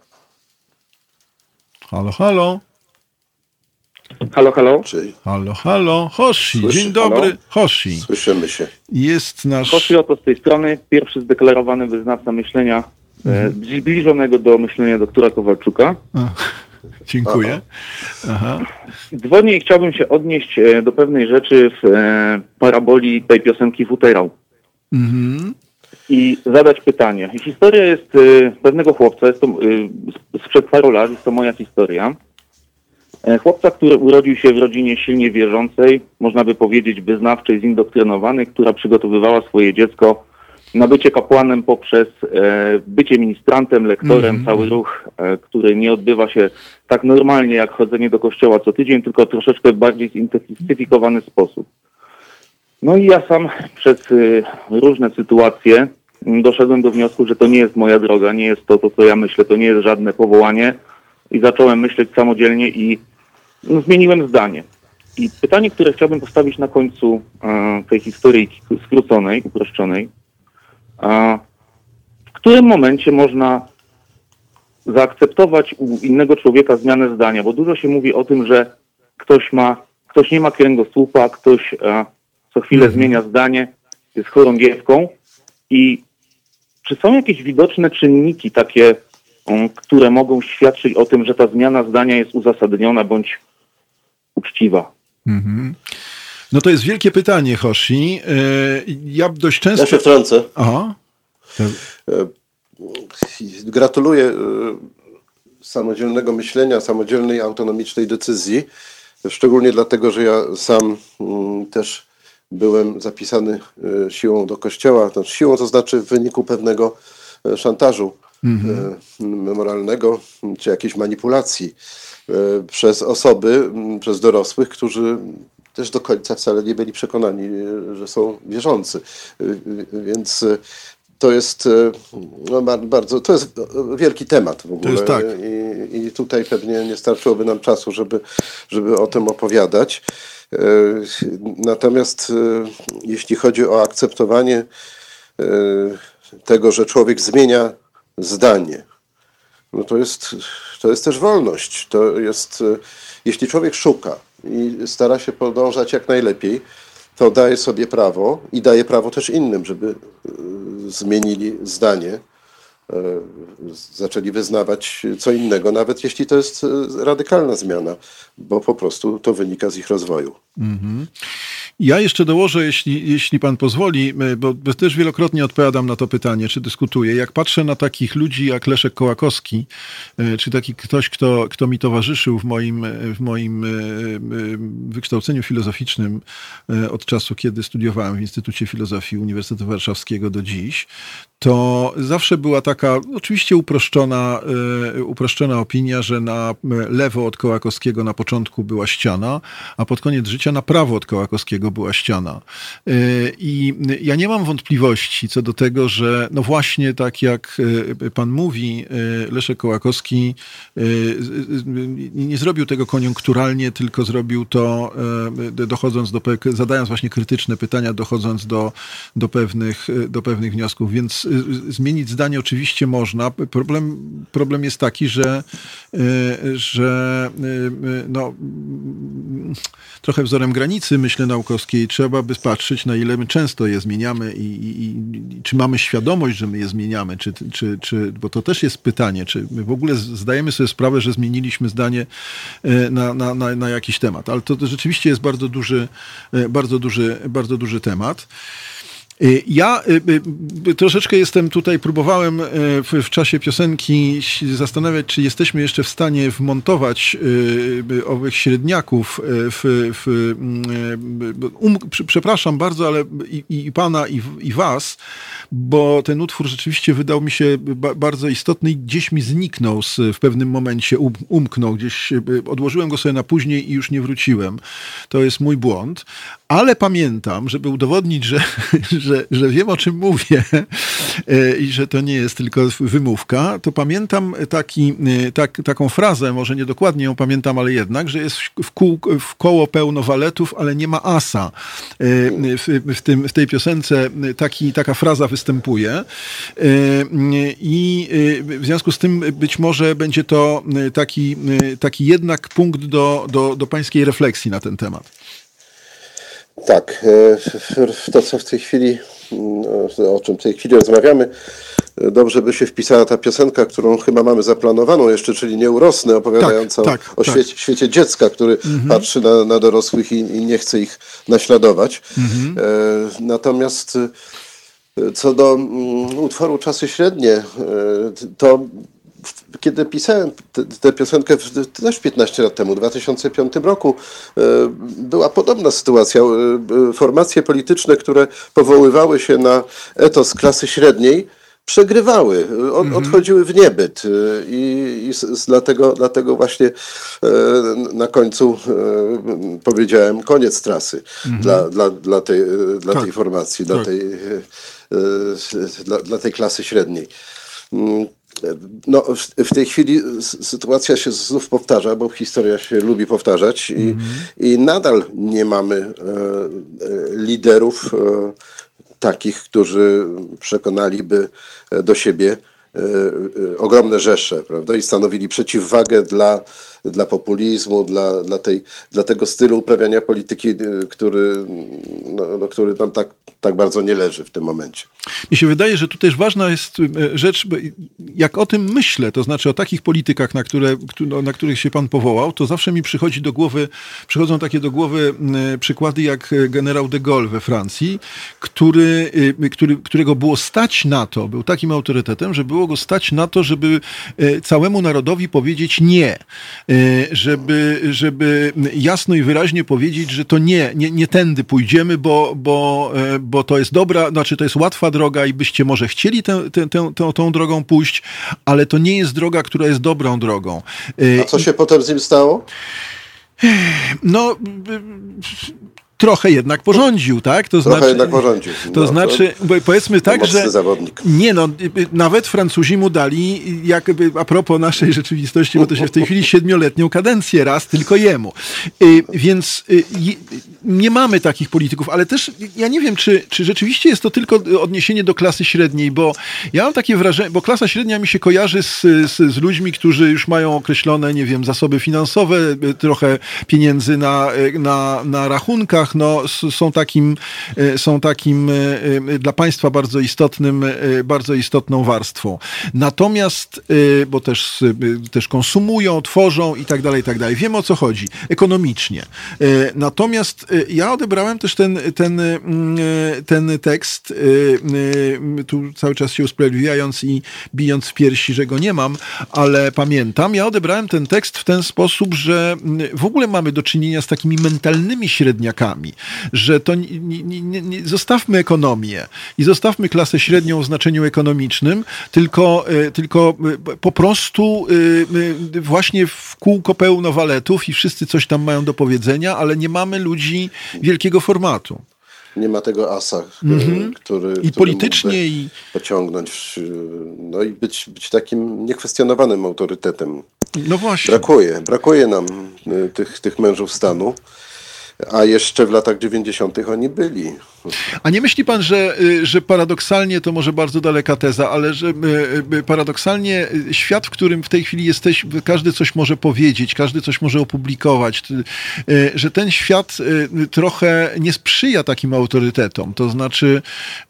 Halo, halo? Halo, halo? Czyli... Halo, halo? Hoshi, Słyszy? Dzień dobry. Halo? Hoshi. Słyszymy się. Jest nasz... Hoshi oto z tej strony, pierwszy zdeklarowany wyznawca myślenia mhm. e, zbliżonego do myślenia doktora Kowalczuka. A. Dziękuję. Aha. Dzwonię i chciałbym się odnieść do pewnej rzeczy w e, paraboli tej piosenki Futerał. Mm-hmm. I zadać pytanie. Historia jest e, pewnego chłopca, jest to e, sprzed paru lat, jest to moja historia. Chłopca, który urodził się w rodzinie silnie wierzącej, można by powiedzieć wyznawczej, zindoktrynowanej, która przygotowywała swoje dziecko na bycie kapłanem poprzez e, bycie ministrantem, lektorem, mm. cały ruch, e, który nie odbywa się tak normalnie jak chodzenie do kościoła co tydzień, tylko troszeczkę bardziej zintensyfikowany sposób. No i ja sam przez y, różne sytuacje doszedłem do wniosku, że to nie jest moja droga, nie jest to, to co ja myślę, to nie jest żadne powołanie i zacząłem myśleć samodzielnie i no, zmieniłem zdanie. I pytanie, które chciałbym postawić na końcu e, tej historii skróconej, uproszczonej, a w którym momencie można zaakceptować u innego człowieka zmianę zdania? Bo dużo się mówi o tym, że ktoś ma, ktoś nie ma kręgosłupa, ktoś a, co chwilę mm. zmienia zdanie, jest chorągiewką. I czy są jakieś widoczne czynniki takie, um, które mogą świadczyć o tym, że ta zmiana zdania jest uzasadniona bądź uczciwa? Mm-hmm. No to jest wielkie pytanie, Hoshi. Ja dość często... Ja się wtrącę. Aha. Gratuluję samodzielnego myślenia, samodzielnej, autonomicznej decyzji. Szczególnie dlatego, że ja sam też byłem zapisany siłą do kościoła. Siłą to znaczy w wyniku pewnego szantażu mm-hmm. moralnego, czy jakiejś manipulacji przez osoby, przez dorosłych, którzy też do końca wcale nie byli przekonani, że są wierzący. Więc to jest no, bardzo, to jest wielki temat w ogóle. To jest tak. I, I tutaj pewnie nie starczyłoby nam czasu, żeby, żeby o tym opowiadać. Natomiast jeśli chodzi o akceptowanie tego, że człowiek zmienia zdanie, no to jest, to jest też wolność. To jest, jeśli człowiek szuka i stara się podążać jak najlepiej, to daje sobie prawo i daje prawo też innym, żeby zmienili zdanie, zaczęli wyznawać co innego, nawet jeśli to jest radykalna zmiana, bo po prostu to wynika z ich rozwoju. Mm-hmm. Ja jeszcze dołożę, jeśli, jeśli pan pozwoli, bo, bo też wielokrotnie odpowiadam na to pytanie, czy dyskutuję. Jak patrzę na takich ludzi jak Leszek Kołakowski, czy taki ktoś, kto, kto mi towarzyszył w moim, w moim wykształceniu filozoficznym od czasu, kiedy studiowałem w Instytucie Filozofii Uniwersytetu Warszawskiego do dziś, to zawsze była taka oczywiście uproszczona, uproszczona opinia, że na lewo od Kołakowskiego na początku była ściana, a pod koniec życia na prawo od Kołakowskiego była ściana. I ja nie mam wątpliwości co do tego, że no właśnie tak jak pan mówi, Leszek Kołakowski nie zrobił tego koniunkturalnie, tylko zrobił to dochodząc do, zadając właśnie krytyczne pytania, dochodząc do, do, pewnych, do pewnych wniosków. Więc zmienić zdanie oczywiście można. Problem, problem jest taki, że, że no, trochę wzorem granicy, myślę, naukowskiej trzeba by patrzeć, na ile my często je zmieniamy i, i, i czy mamy świadomość, że my je zmieniamy, czy, czy, czy, bo to też jest pytanie, czy my w ogóle zdajemy sobie sprawę, że zmieniliśmy zdanie na, na, na, na jakiś temat. Ale to, to rzeczywiście jest bardzo duży, bardzo duży, bardzo duży temat. Ja troszeczkę jestem tutaj, próbowałem w, w czasie piosenki zastanawiać, czy jesteśmy jeszcze w stanie wmontować owych średniaków w... w um, przepraszam bardzo, ale i, i pana, i, i was, bo ten utwór rzeczywiście wydał mi się ba, bardzo istotny i gdzieś mi zniknął z, w pewnym momencie, um, umknął, gdzieś odłożyłem go sobie na później i już nie wróciłem. To jest mój błąd, ale pamiętam, żeby udowodnić, że, że, że wiem, o czym mówię i że to nie jest tylko wymówka, to pamiętam taki, tak, taką frazę, może nie dokładnie ją pamiętam, ale jednak, że jest w, kół, w koło pełno waletów, ale nie ma asa. W, w, tym, w tej piosence taki, taka fraza występuje i w związku z tym być może będzie to taki, taki jednak punkt do, do, do pańskiej refleksji na ten temat. Tak, to co w tej chwili, o czym w tej chwili rozmawiamy, dobrze by się wpisała ta piosenka, którą chyba mamy zaplanowaną jeszcze, czyli Nie urosnę, opowiadająca tak, tak, o tak. Świecie, świecie dziecka, który mhm. patrzy na, na dorosłych i, i nie chce ich naśladować. Mhm. Natomiast co do utworu Czasy Średnie, to kiedy pisałem tę piosenkę też piętnaście lat temu, w dwa tysiące piątym roku, była podobna sytuacja. Formacje polityczne, które powoływały się na etos klasy średniej, przegrywały, od, mm-hmm. odchodziły w niebyt i, i z, z dlatego, dlatego właśnie e, na końcu e, powiedziałem koniec trasy mm-hmm. dla, dla, dla, tej, dla tak. tej formacji, tak. dla, tej, e, dla, dla tej klasy średniej. No, w, w tej chwili sytuacja się znów powtarza, bo historia się lubi powtarzać i, mm-hmm. i nadal nie mamy e, e, liderów e, takich, którzy przekonaliby do siebie e, e, ogromne rzesze, prawda? I stanowili przeciwwagę dla, dla populizmu, dla, dla, tej, dla tego stylu uprawiania polityki, który, no, no, który nam tak, tak bardzo nie leży w tym momencie. Mi się wydaje, że tu też ważna jest rzecz, jak o tym myślę, to znaczy o takich politykach, na, które, na których się pan powołał, to zawsze mi przychodzi do głowy, przychodzą takie do głowy przykłady jak generał de Gaulle we Francji, który, który, którego było stać na to, był takim autorytetem, że było go stać na to, żeby całemu narodowi powiedzieć nie, żeby, żeby jasno i wyraźnie powiedzieć, że to nie, nie, nie tędy pójdziemy, bo, bo, bo to jest dobra, znaczy to jest łatwa droga i byście może chcieli tę, tę, tę, tę, tą drogą pójść, ale to nie jest droga, która jest dobrą drogą. A co się I... potem z nim stało? No... Trochę jednak porządził, tak? To Trochę znaczy, jednak porządził. No, to znaczy, bo powiedzmy tak, że zawodnik. Nie no, nawet Francuzi mu dali, jakby a propos naszej rzeczywistości, bo to się w tej chwili siedmioletnią kadencję raz, tylko jemu. Więc nie mamy takich polityków, ale też ja nie wiem, czy, czy rzeczywiście jest to tylko odniesienie do klasy średniej, bo ja mam takie wrażenie, bo klasa średnia mi się kojarzy z, z, z ludźmi, którzy już mają określone, nie wiem, zasoby finansowe, trochę pieniędzy na, na, na rachunkach, no, są takim, są takim dla państwa bardzo istotnym, bardzo istotną warstwą. Natomiast, bo też, też konsumują, tworzą i tak dalej, i tak dalej. Wiemy, o co chodzi, ekonomicznie. Natomiast ja odebrałem też ten, ten, ten tekst, tu cały czas się usprawiedliwiając i bijąc w piersi, że go nie mam, ale pamiętam, ja odebrałem ten tekst w ten sposób, że w ogóle mamy do czynienia z takimi mentalnymi średniakami, że to nie, nie, nie, nie, zostawmy ekonomię i zostawmy klasę średnią w znaczeniu ekonomicznym, tylko, tylko po prostu właśnie w kółko pełno waletów i wszyscy coś tam mają do powiedzenia, ale nie mamy ludzi wielkiego formatu. Nie ma tego asa, mm-hmm. który, I który politycznie i pociągnąć, no i być, być takim niekwestionowanym autorytetem. No właśnie. Brakuje, brakuje nam tych, tych mężów stanu. A jeszcze w latach dziewięćdziesiątych oni byli. A nie myśli pan, że, że paradoksalnie, to może bardzo daleka teza, ale że paradoksalnie świat, w którym w tej chwili jesteś, każdy coś może powiedzieć, każdy coś może opublikować, że ten świat trochę nie sprzyja takim autorytetom. To znaczy,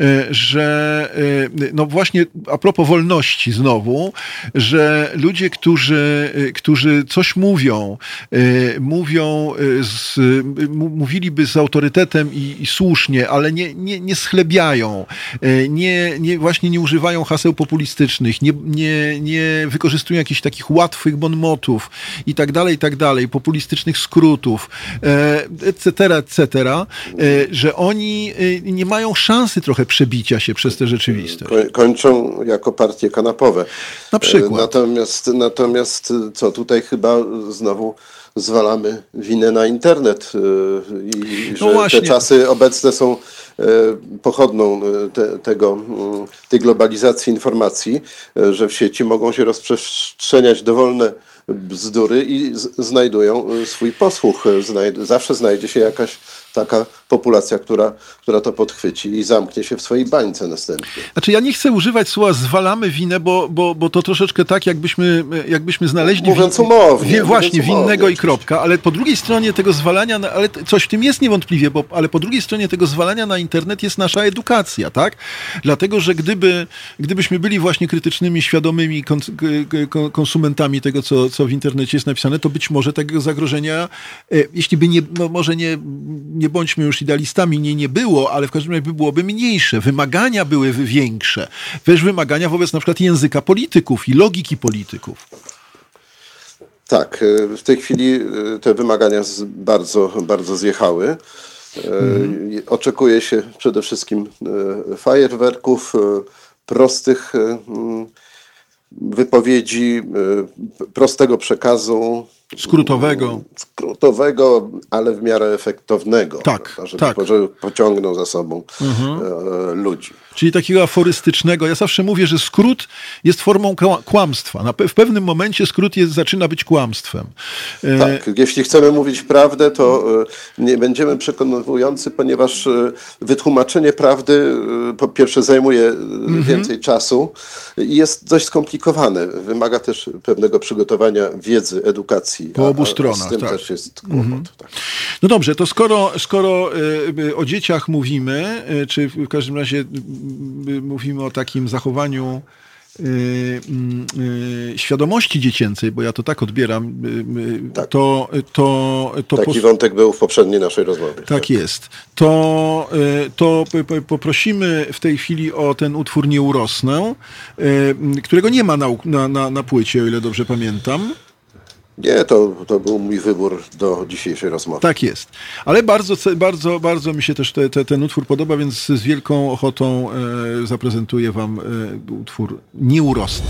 że no właśnie a propos wolności znowu, że ludzie, którzy, którzy coś mówią, mówią z, mówiliby z autorytetem i, i słusznie, ale nie, nie, nie schlebiają, nie, nie, właśnie nie używają haseł populistycznych, nie, nie, nie wykorzystują jakichś takich łatwych bonmotów i tak dalej, i tak dalej, populistycznych skrótów, et cetera, et cetera, że oni nie mają szansy trochę przebicia się przez tę rzeczywistość. Kończą jako partie kanapowe. Na przykład. Natomiast, natomiast co tutaj chyba znowu zwalamy winę na internet i że no te czasy obecne są pochodną te, tego, tej globalizacji informacji, że w sieci mogą się rozprzestrzeniać dowolne bzdury i z, znajdują swój posłuch. Znajd, zawsze znajdzie się jakaś taka populacja, która, która to podchwyci i zamknie się w swojej bańce następnie. Znaczy ja nie chcę używać słowa zwalamy winę, bo, bo, bo to troszeczkę tak, jakbyśmy, jakbyśmy znaleźli... Mówiąc win... umownie. Wie, właśnie, mówiąc winnego umownie, i kropka, ale po drugiej stronie tego zwalania, na, ale coś w tym jest niewątpliwie, bo, ale po drugiej stronie tego zwalania na internet jest nasza edukacja, tak? Dlatego, że gdyby, gdybyśmy byli właśnie krytycznymi, świadomymi kons, konsumentami tego, co, co w internecie jest napisane, to być może tego zagrożenia, jeśli by nie, no może nie nie bądźmy już idealistami, nie, nie było, ale w każdym razie byłoby mniejsze. Wymagania były większe. Też wymagania wobec na przykład języka polityków i logiki polityków. Tak, w tej chwili te wymagania bardzo, bardzo zjechały. Mhm. Oczekuje się przede wszystkim fajerwerków, prostych wypowiedzi, prostego przekazu. Skrótowego. Skrótowego, ale w miarę efektownego. Tak, żeby, tak. żeby pociągnął za sobą mhm. ludzi. Czyli takiego aforystycznego. Ja zawsze mówię, że skrót jest formą kłamstwa. Na pe- w pewnym momencie skrót jest, zaczyna być kłamstwem. Tak, e... jeśli chcemy mówić prawdę, to nie będziemy przekonujący, ponieważ wytłumaczenie prawdy po pierwsze zajmuje mhm. więcej czasu i jest dość skomplikowane. Wymaga też pewnego przygotowania wiedzy, edukacji. Po obu a, stronach. A z tym tak. też jest kłopot. Mhm. Tak. No dobrze, to skoro, skoro y, o dzieciach mówimy, y, czy w każdym razie y, y, mówimy o takim zachowaniu y, y, świadomości dziecięcej, bo ja to tak odbieram, y, tak. to... to, to Taki pos... wątek był w poprzedniej naszej rozmowie. Tak, tak. jest. To, y, to p- poprosimy w tej chwili o ten utwór Nie urosnę, y, którego nie ma na, na, na, na płycie, o ile dobrze pamiętam. Nie, to, to był mój wybór do dzisiejszej rozmowy. Tak jest. Ale bardzo, bardzo, bardzo mi się też te, te, ten utwór podoba, więc z wielką ochotą e, zaprezentuję wam e, utwór Nie urosnę.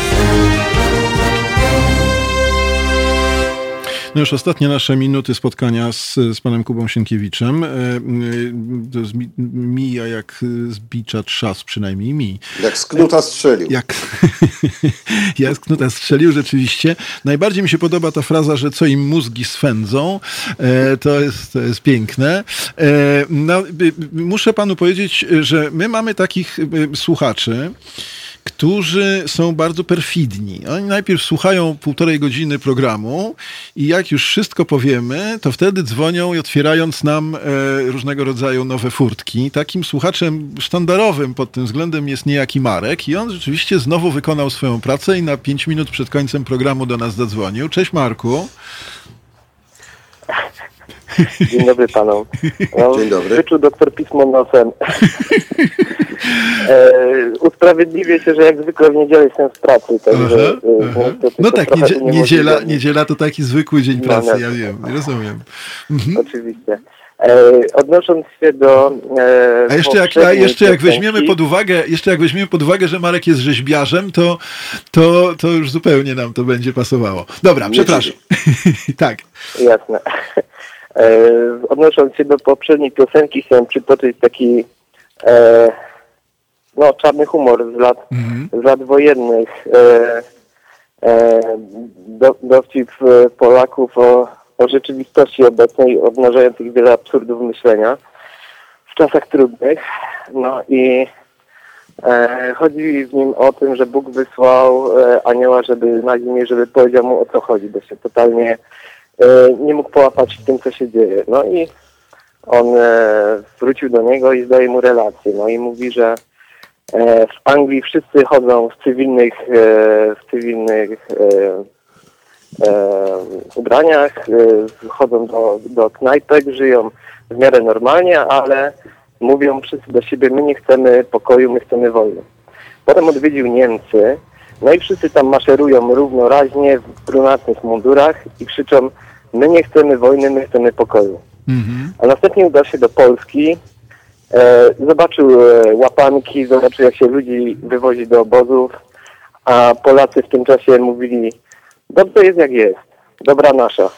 No już ostatnie nasze minuty spotkania z, z panem Kubą Sienkiewiczem. To mija jak z bicza trzas, przynajmniej mi. Jak z knuta strzelił. Jak, jak z knuta strzelił, rzeczywiście. Najbardziej mi się podoba ta fraza, że co im mózgi swędzą. To jest, to jest piękne. No, muszę panu powiedzieć, że my mamy takich słuchaczy, którzy są bardzo perfidni. Oni najpierw słuchają półtorej godziny programu i jak już wszystko powiemy, to wtedy dzwonią i otwierając nam e, różnego rodzaju nowe furtki. Takim słuchaczem sztandarowym pod tym względem jest niejaki Marek i on rzeczywiście znowu wykonał swoją pracę i na pięć minut przed końcem programu do nas zadzwonił. Cześć Marku. Dzień dobry panom. No, Dzień dobry. Wyczuł doktor pismo nosem. e, usprawiedliwię się, że jak zwykle w niedzielę jestem w pracy. Także, aha, aha. No tak, niedzie- niedziela, niedziela to taki zwykły dzień pracy, no, ja wiem, rozumiem. Mhm. Oczywiście. E, odnosząc się do... E, a jeszcze jak, a jeszcze jak weźmiemy pod uwagę, jeszcze jak weźmiemy pod uwagę, że Marek jest rzeźbiarzem, to, to, to już zupełnie nam to będzie pasowało. Dobra, nie przepraszam. Tak. Jasne. E, odnosząc się do poprzedniej piosenki, chciałem przytoczyć taki e, no, czarny humor z lat, mm-hmm. z lat wojennych. E, e, do, dowcip Polaków o, o rzeczywistości obecnej, obnażających wiele absurdów myślenia w czasach trudnych. No i e, chodzi w nim o tym, że Bóg wysłał e, anioła, żeby na ziemię, żeby powiedział mu, o co chodzi, bo się totalnie nie mógł połapać w tym, co się dzieje. No i on e, wrócił do niego i zdaje mu relację. No i mówi, że e, w Anglii wszyscy chodzą w cywilnych, e, w cywilnych e, e, ubraniach, e, chodzą do, do knajpek, żyją w miarę normalnie, ale mówią wszyscy do siebie, my nie chcemy pokoju, my chcemy wojny. Potem odwiedził Niemcy, no i wszyscy tam maszerują równoraźnie w brunatnych mundurach i krzyczą, my nie chcemy wojny, my chcemy pokoju. Mm-hmm. A następnie udał się do Polski, e, zobaczył e, łapanki, zobaczył jak się ludzi wywozi do obozów, a Polacy w tym czasie mówili, dobrze jest jak jest, dobra nasza.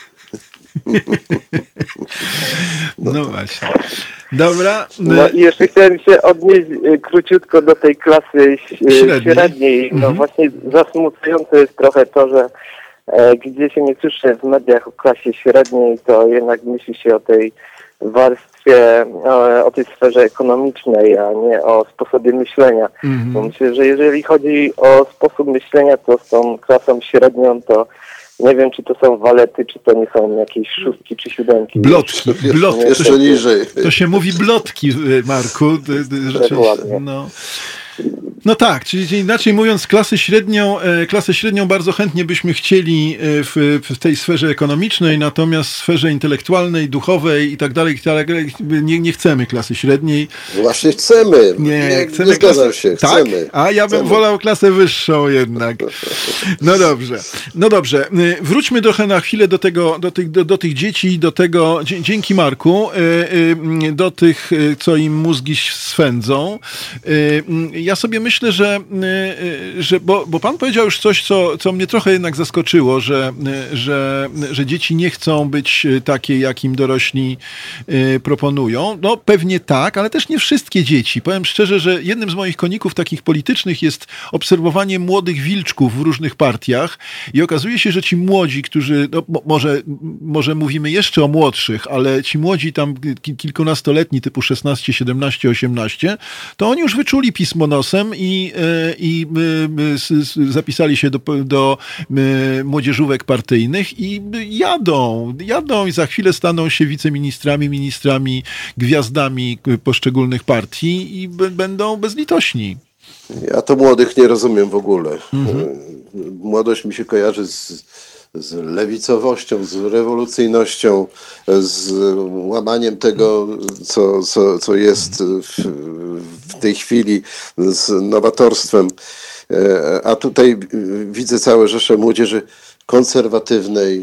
No właśnie. Dobra. No i jeszcze chciałem się odnieść króciutko do tej klasy średniej. średniej. No mhm. właśnie zasmucające jest trochę to, że e, gdzie się nie słyszy w mediach o klasie średniej, to jednak myśli się o tej warstwie, o, o tej sferze ekonomicznej, a nie o sposobie myślenia. Mhm. Bo myślę, że jeżeli chodzi o sposób myślenia, to z tą klasą średnią, to nie wiem, czy to są walety, czy to nie są jakieś szóstki, czy siódemki. Blotki. Blotki. Jeszcze to, niżej. To się mówi blotki, Marku. Rzeczywiście. No. No tak, czyli inaczej mówiąc, klasę średnią, klasę średnią bardzo chętnie byśmy chcieli w, w tej sferze ekonomicznej, natomiast w sferze intelektualnej, duchowej i tak dalej, i tak dalej nie, nie chcemy klasy średniej. Właśnie chcemy. Nie, nie, chcemy nie zgadzam klasę, się, tak? chcemy. A ja bym chcemy. wolał klasę wyższą jednak. No dobrze, no dobrze. Wróćmy trochę na chwilę do tego, do tych, do, do tych dzieci, do tego, dzięki Marku, do tych, co im mózgi swędzą. Ja sobie myślę, że, że bo, bo pan powiedział już coś, co, co mnie trochę jednak zaskoczyło, że, że, że dzieci nie chcą być takie, jak im dorośli proponują. No pewnie tak, ale też nie wszystkie dzieci. Powiem szczerze, że jednym z moich koników takich politycznych jest obserwowanie młodych wilczków w różnych partiach i okazuje się, że ci młodzi, którzy, no, może, może mówimy jeszcze o młodszych, ale ci młodzi tam kilkunastoletni, typu szesnaście, siedemnaście, osiemnaście, to oni już wyczuli pismo nosem i, i zapisali się do, do młodzieżówek partyjnych i jadą, jadą i za chwilę staną się wiceministrami, ministrami, gwiazdami poszczególnych partii i b- będą bezlitośni. Ja to młodych nie rozumiem w ogóle. Mhm. Młodość mi się kojarzy z, z lewicowością, z rewolucyjnością, z łamaniem tego, co, co, co jest w, w tej chwili, z nowatorstwem. A tutaj widzę całe rzesze młodzieży konserwatywnej,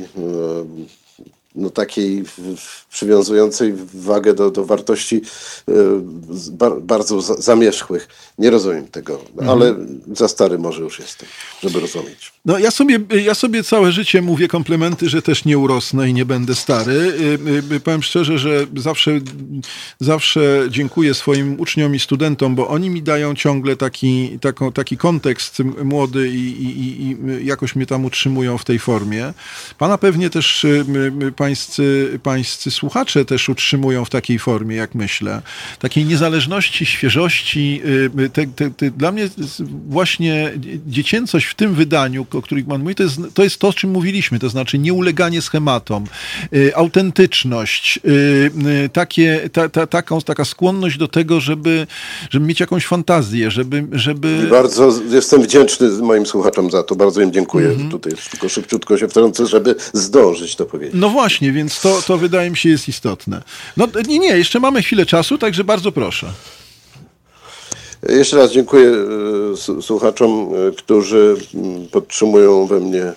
no takiej przywiązującej wagę do, do wartości bar, bardzo zamierzchłych. Nie rozumiem tego, mhm. ale za stary może już jestem, żeby rozumieć. No ja sobie, ja sobie całe życie mówię komplementy, że też nie urosnę i nie będę stary. Powiem szczerze, że zawsze, zawsze dziękuję swoim uczniom i studentom, bo oni mi dają ciągle taki, taką, taki kontekst młody i, i, i jakoś mnie tam utrzymują w tej formie. Pana pewnie też pańscy, pańscy słuchacze też utrzymują w takiej formie, jak myślę. Takiej niezależności, świeżości. Te, te, te, dla mnie właśnie dziecięcość w tym wydaniu, o których pan mówi, to jest, to jest to, o czym mówiliśmy, to znaczy nieuleganie schematom, y, autentyczność, y, y, takie, ta, ta, taką, taka skłonność do tego, żeby, żeby mieć jakąś fantazję, żeby... żeby... I bardzo jestem wdzięczny moim słuchaczom za to, bardzo im dziękuję. Mm-hmm. Tutaj tylko szybciutko się wtrącę, żeby zdążyć to powiedzieć. No właśnie, więc to, to wydaje mi się jest istotne. No nie, nie, jeszcze mamy chwilę czasu, także bardzo proszę. Jeszcze raz dziękuję słuchaczom, którzy podtrzymują we mnie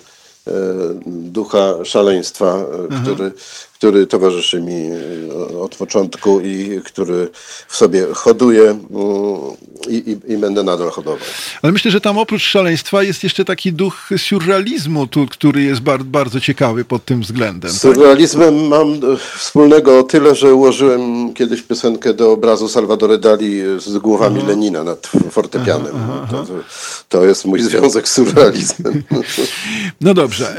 ducha szaleństwa, który, który towarzyszy mi od początku i który w sobie hoduje i, i, i będę nadal hodował. Ale myślę, że tam oprócz szaleństwa jest jeszcze taki duch surrealizmu, tu, który jest bar, bardzo ciekawy pod tym względem. Z surrealizmem tak? mam wspólnego o tyle, że ułożyłem kiedyś piosenkę do obrazu Salvador Dali z głowami aha. Lenina nad fortepianem. Aha, aha. To, to jest mój związek z surrealizmem. No dobrze.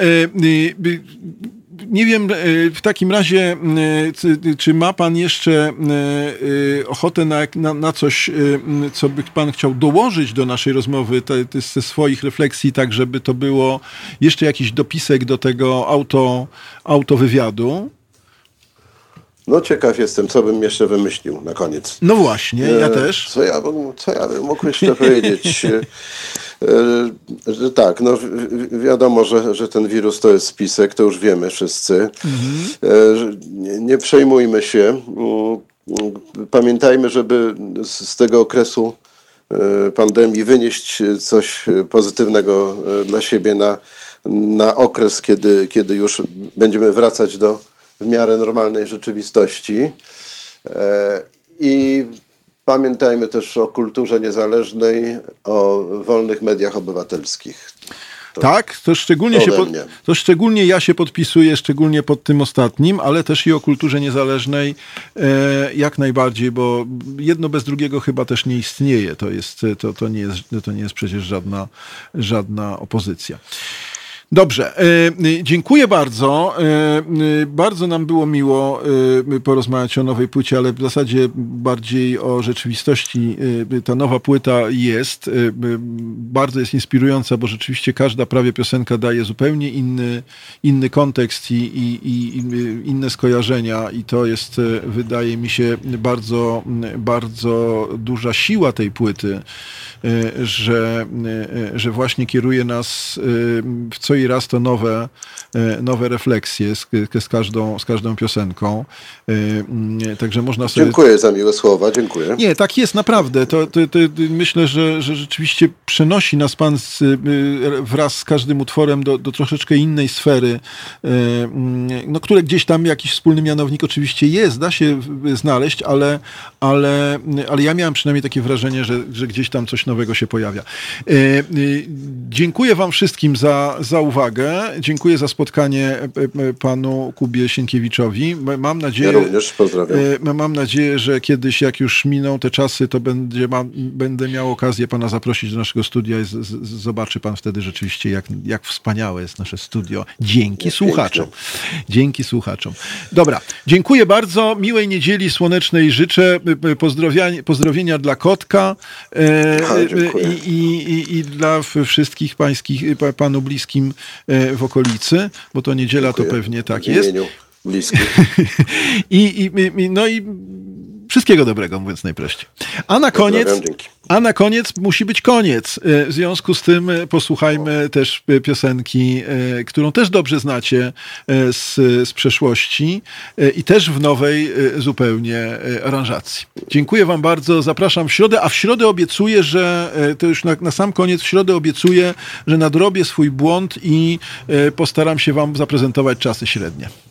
Nie wiem, w takim razie, czy ma pan jeszcze ochotę na, na, na coś, co by pan chciał dołożyć do naszej rozmowy, te, te, ze swoich refleksji, tak żeby to było jeszcze jakiś dopisek do tego auto, autowywiadu? No ciekaw jestem, co bym jeszcze wymyślił na koniec. No właśnie, ja e, też. Co ja, bym, co ja bym mógł jeszcze powiedzieć? E, że tak, no wi- wiadomo, że, że ten wirus to jest spisek, to już wiemy wszyscy. Mhm. E, nie, nie przejmujmy się. Pamiętajmy, żeby z, z tego okresu pandemii wynieść coś pozytywnego dla siebie na, na okres, kiedy, kiedy już będziemy wracać do w miarę normalnej rzeczywistości. I pamiętajmy też o kulturze niezależnej, o wolnych mediach obywatelskich. To tak, to szczególnie, się pod, to szczególnie ja się podpisuję, szczególnie pod tym ostatnim, ale też i o kulturze niezależnej e, jak najbardziej, bo jedno bez drugiego chyba też nie istnieje. To, jest, to, to, nie, jest, to nie jest przecież żadna, żadna opozycja. Dobrze, dziękuję bardzo. Bardzo nam było miło porozmawiać o nowej płycie, ale w zasadzie bardziej o rzeczywistości. Ta nowa płyta jest, bardzo jest inspirująca, bo rzeczywiście każda prawie piosenka daje zupełnie inny, inny kontekst i, i, i inne skojarzenia i to jest, wydaje mi się, bardzo, bardzo duża siła tej płyty, że, że właśnie kieruje nas w co i raz to nowe, nowe refleksje z, z, każdą, z każdą piosenką. Także można sobie... Dziękuję za miłe słowa, dziękuję. Nie, tak jest naprawdę. To, to, to myślę, że, że rzeczywiście przenosi nas Pan z, wraz z każdym utworem do, do troszeczkę innej sfery, no, które gdzieś tam jakiś wspólny mianownik oczywiście jest, da się znaleźć, ale, ale, ale ja miałem przynajmniej takie wrażenie, że, że gdzieś tam coś nowego się pojawia. Dziękuję wam wszystkim za, za uwagę. Dziękuję za spotkanie panu Kubie Sienkiewiczowi. Mam nadzieję, ja również pozdrawiam. Mam nadzieję, że kiedyś, jak już miną te czasy, to będzie, mam, będę miał okazję pana zaprosić do naszego studia i z, z, zobaczy pan wtedy rzeczywiście, jak, jak wspaniałe jest nasze studio. Dzięki jest słuchaczom. piękne. Dzięki słuchaczom. Dobra, dziękuję bardzo. Miłej niedzieli słonecznej życzę. Pozdrowienia, pozdrowienia dla Kotka Aha, i, i, i, i dla wszystkich pańskich, panu bliskim w okolicy, bo to niedziela dziękuję. To pewnie tak w jest. imieniu bliskich. I, i, no i wszystkiego dobrego, mówiąc najprościej. A na koniec, a na koniec musi być koniec. W związku z tym posłuchajmy też piosenki, którą też dobrze znacie z, z przeszłości i też w nowej zupełnie aranżacji. Dziękuję wam bardzo, zapraszam w środę, a w środę obiecuję, że to już na, na sam koniec, w środę obiecuję, że nadrobię swój błąd i postaram się wam zaprezentować czasy średnie.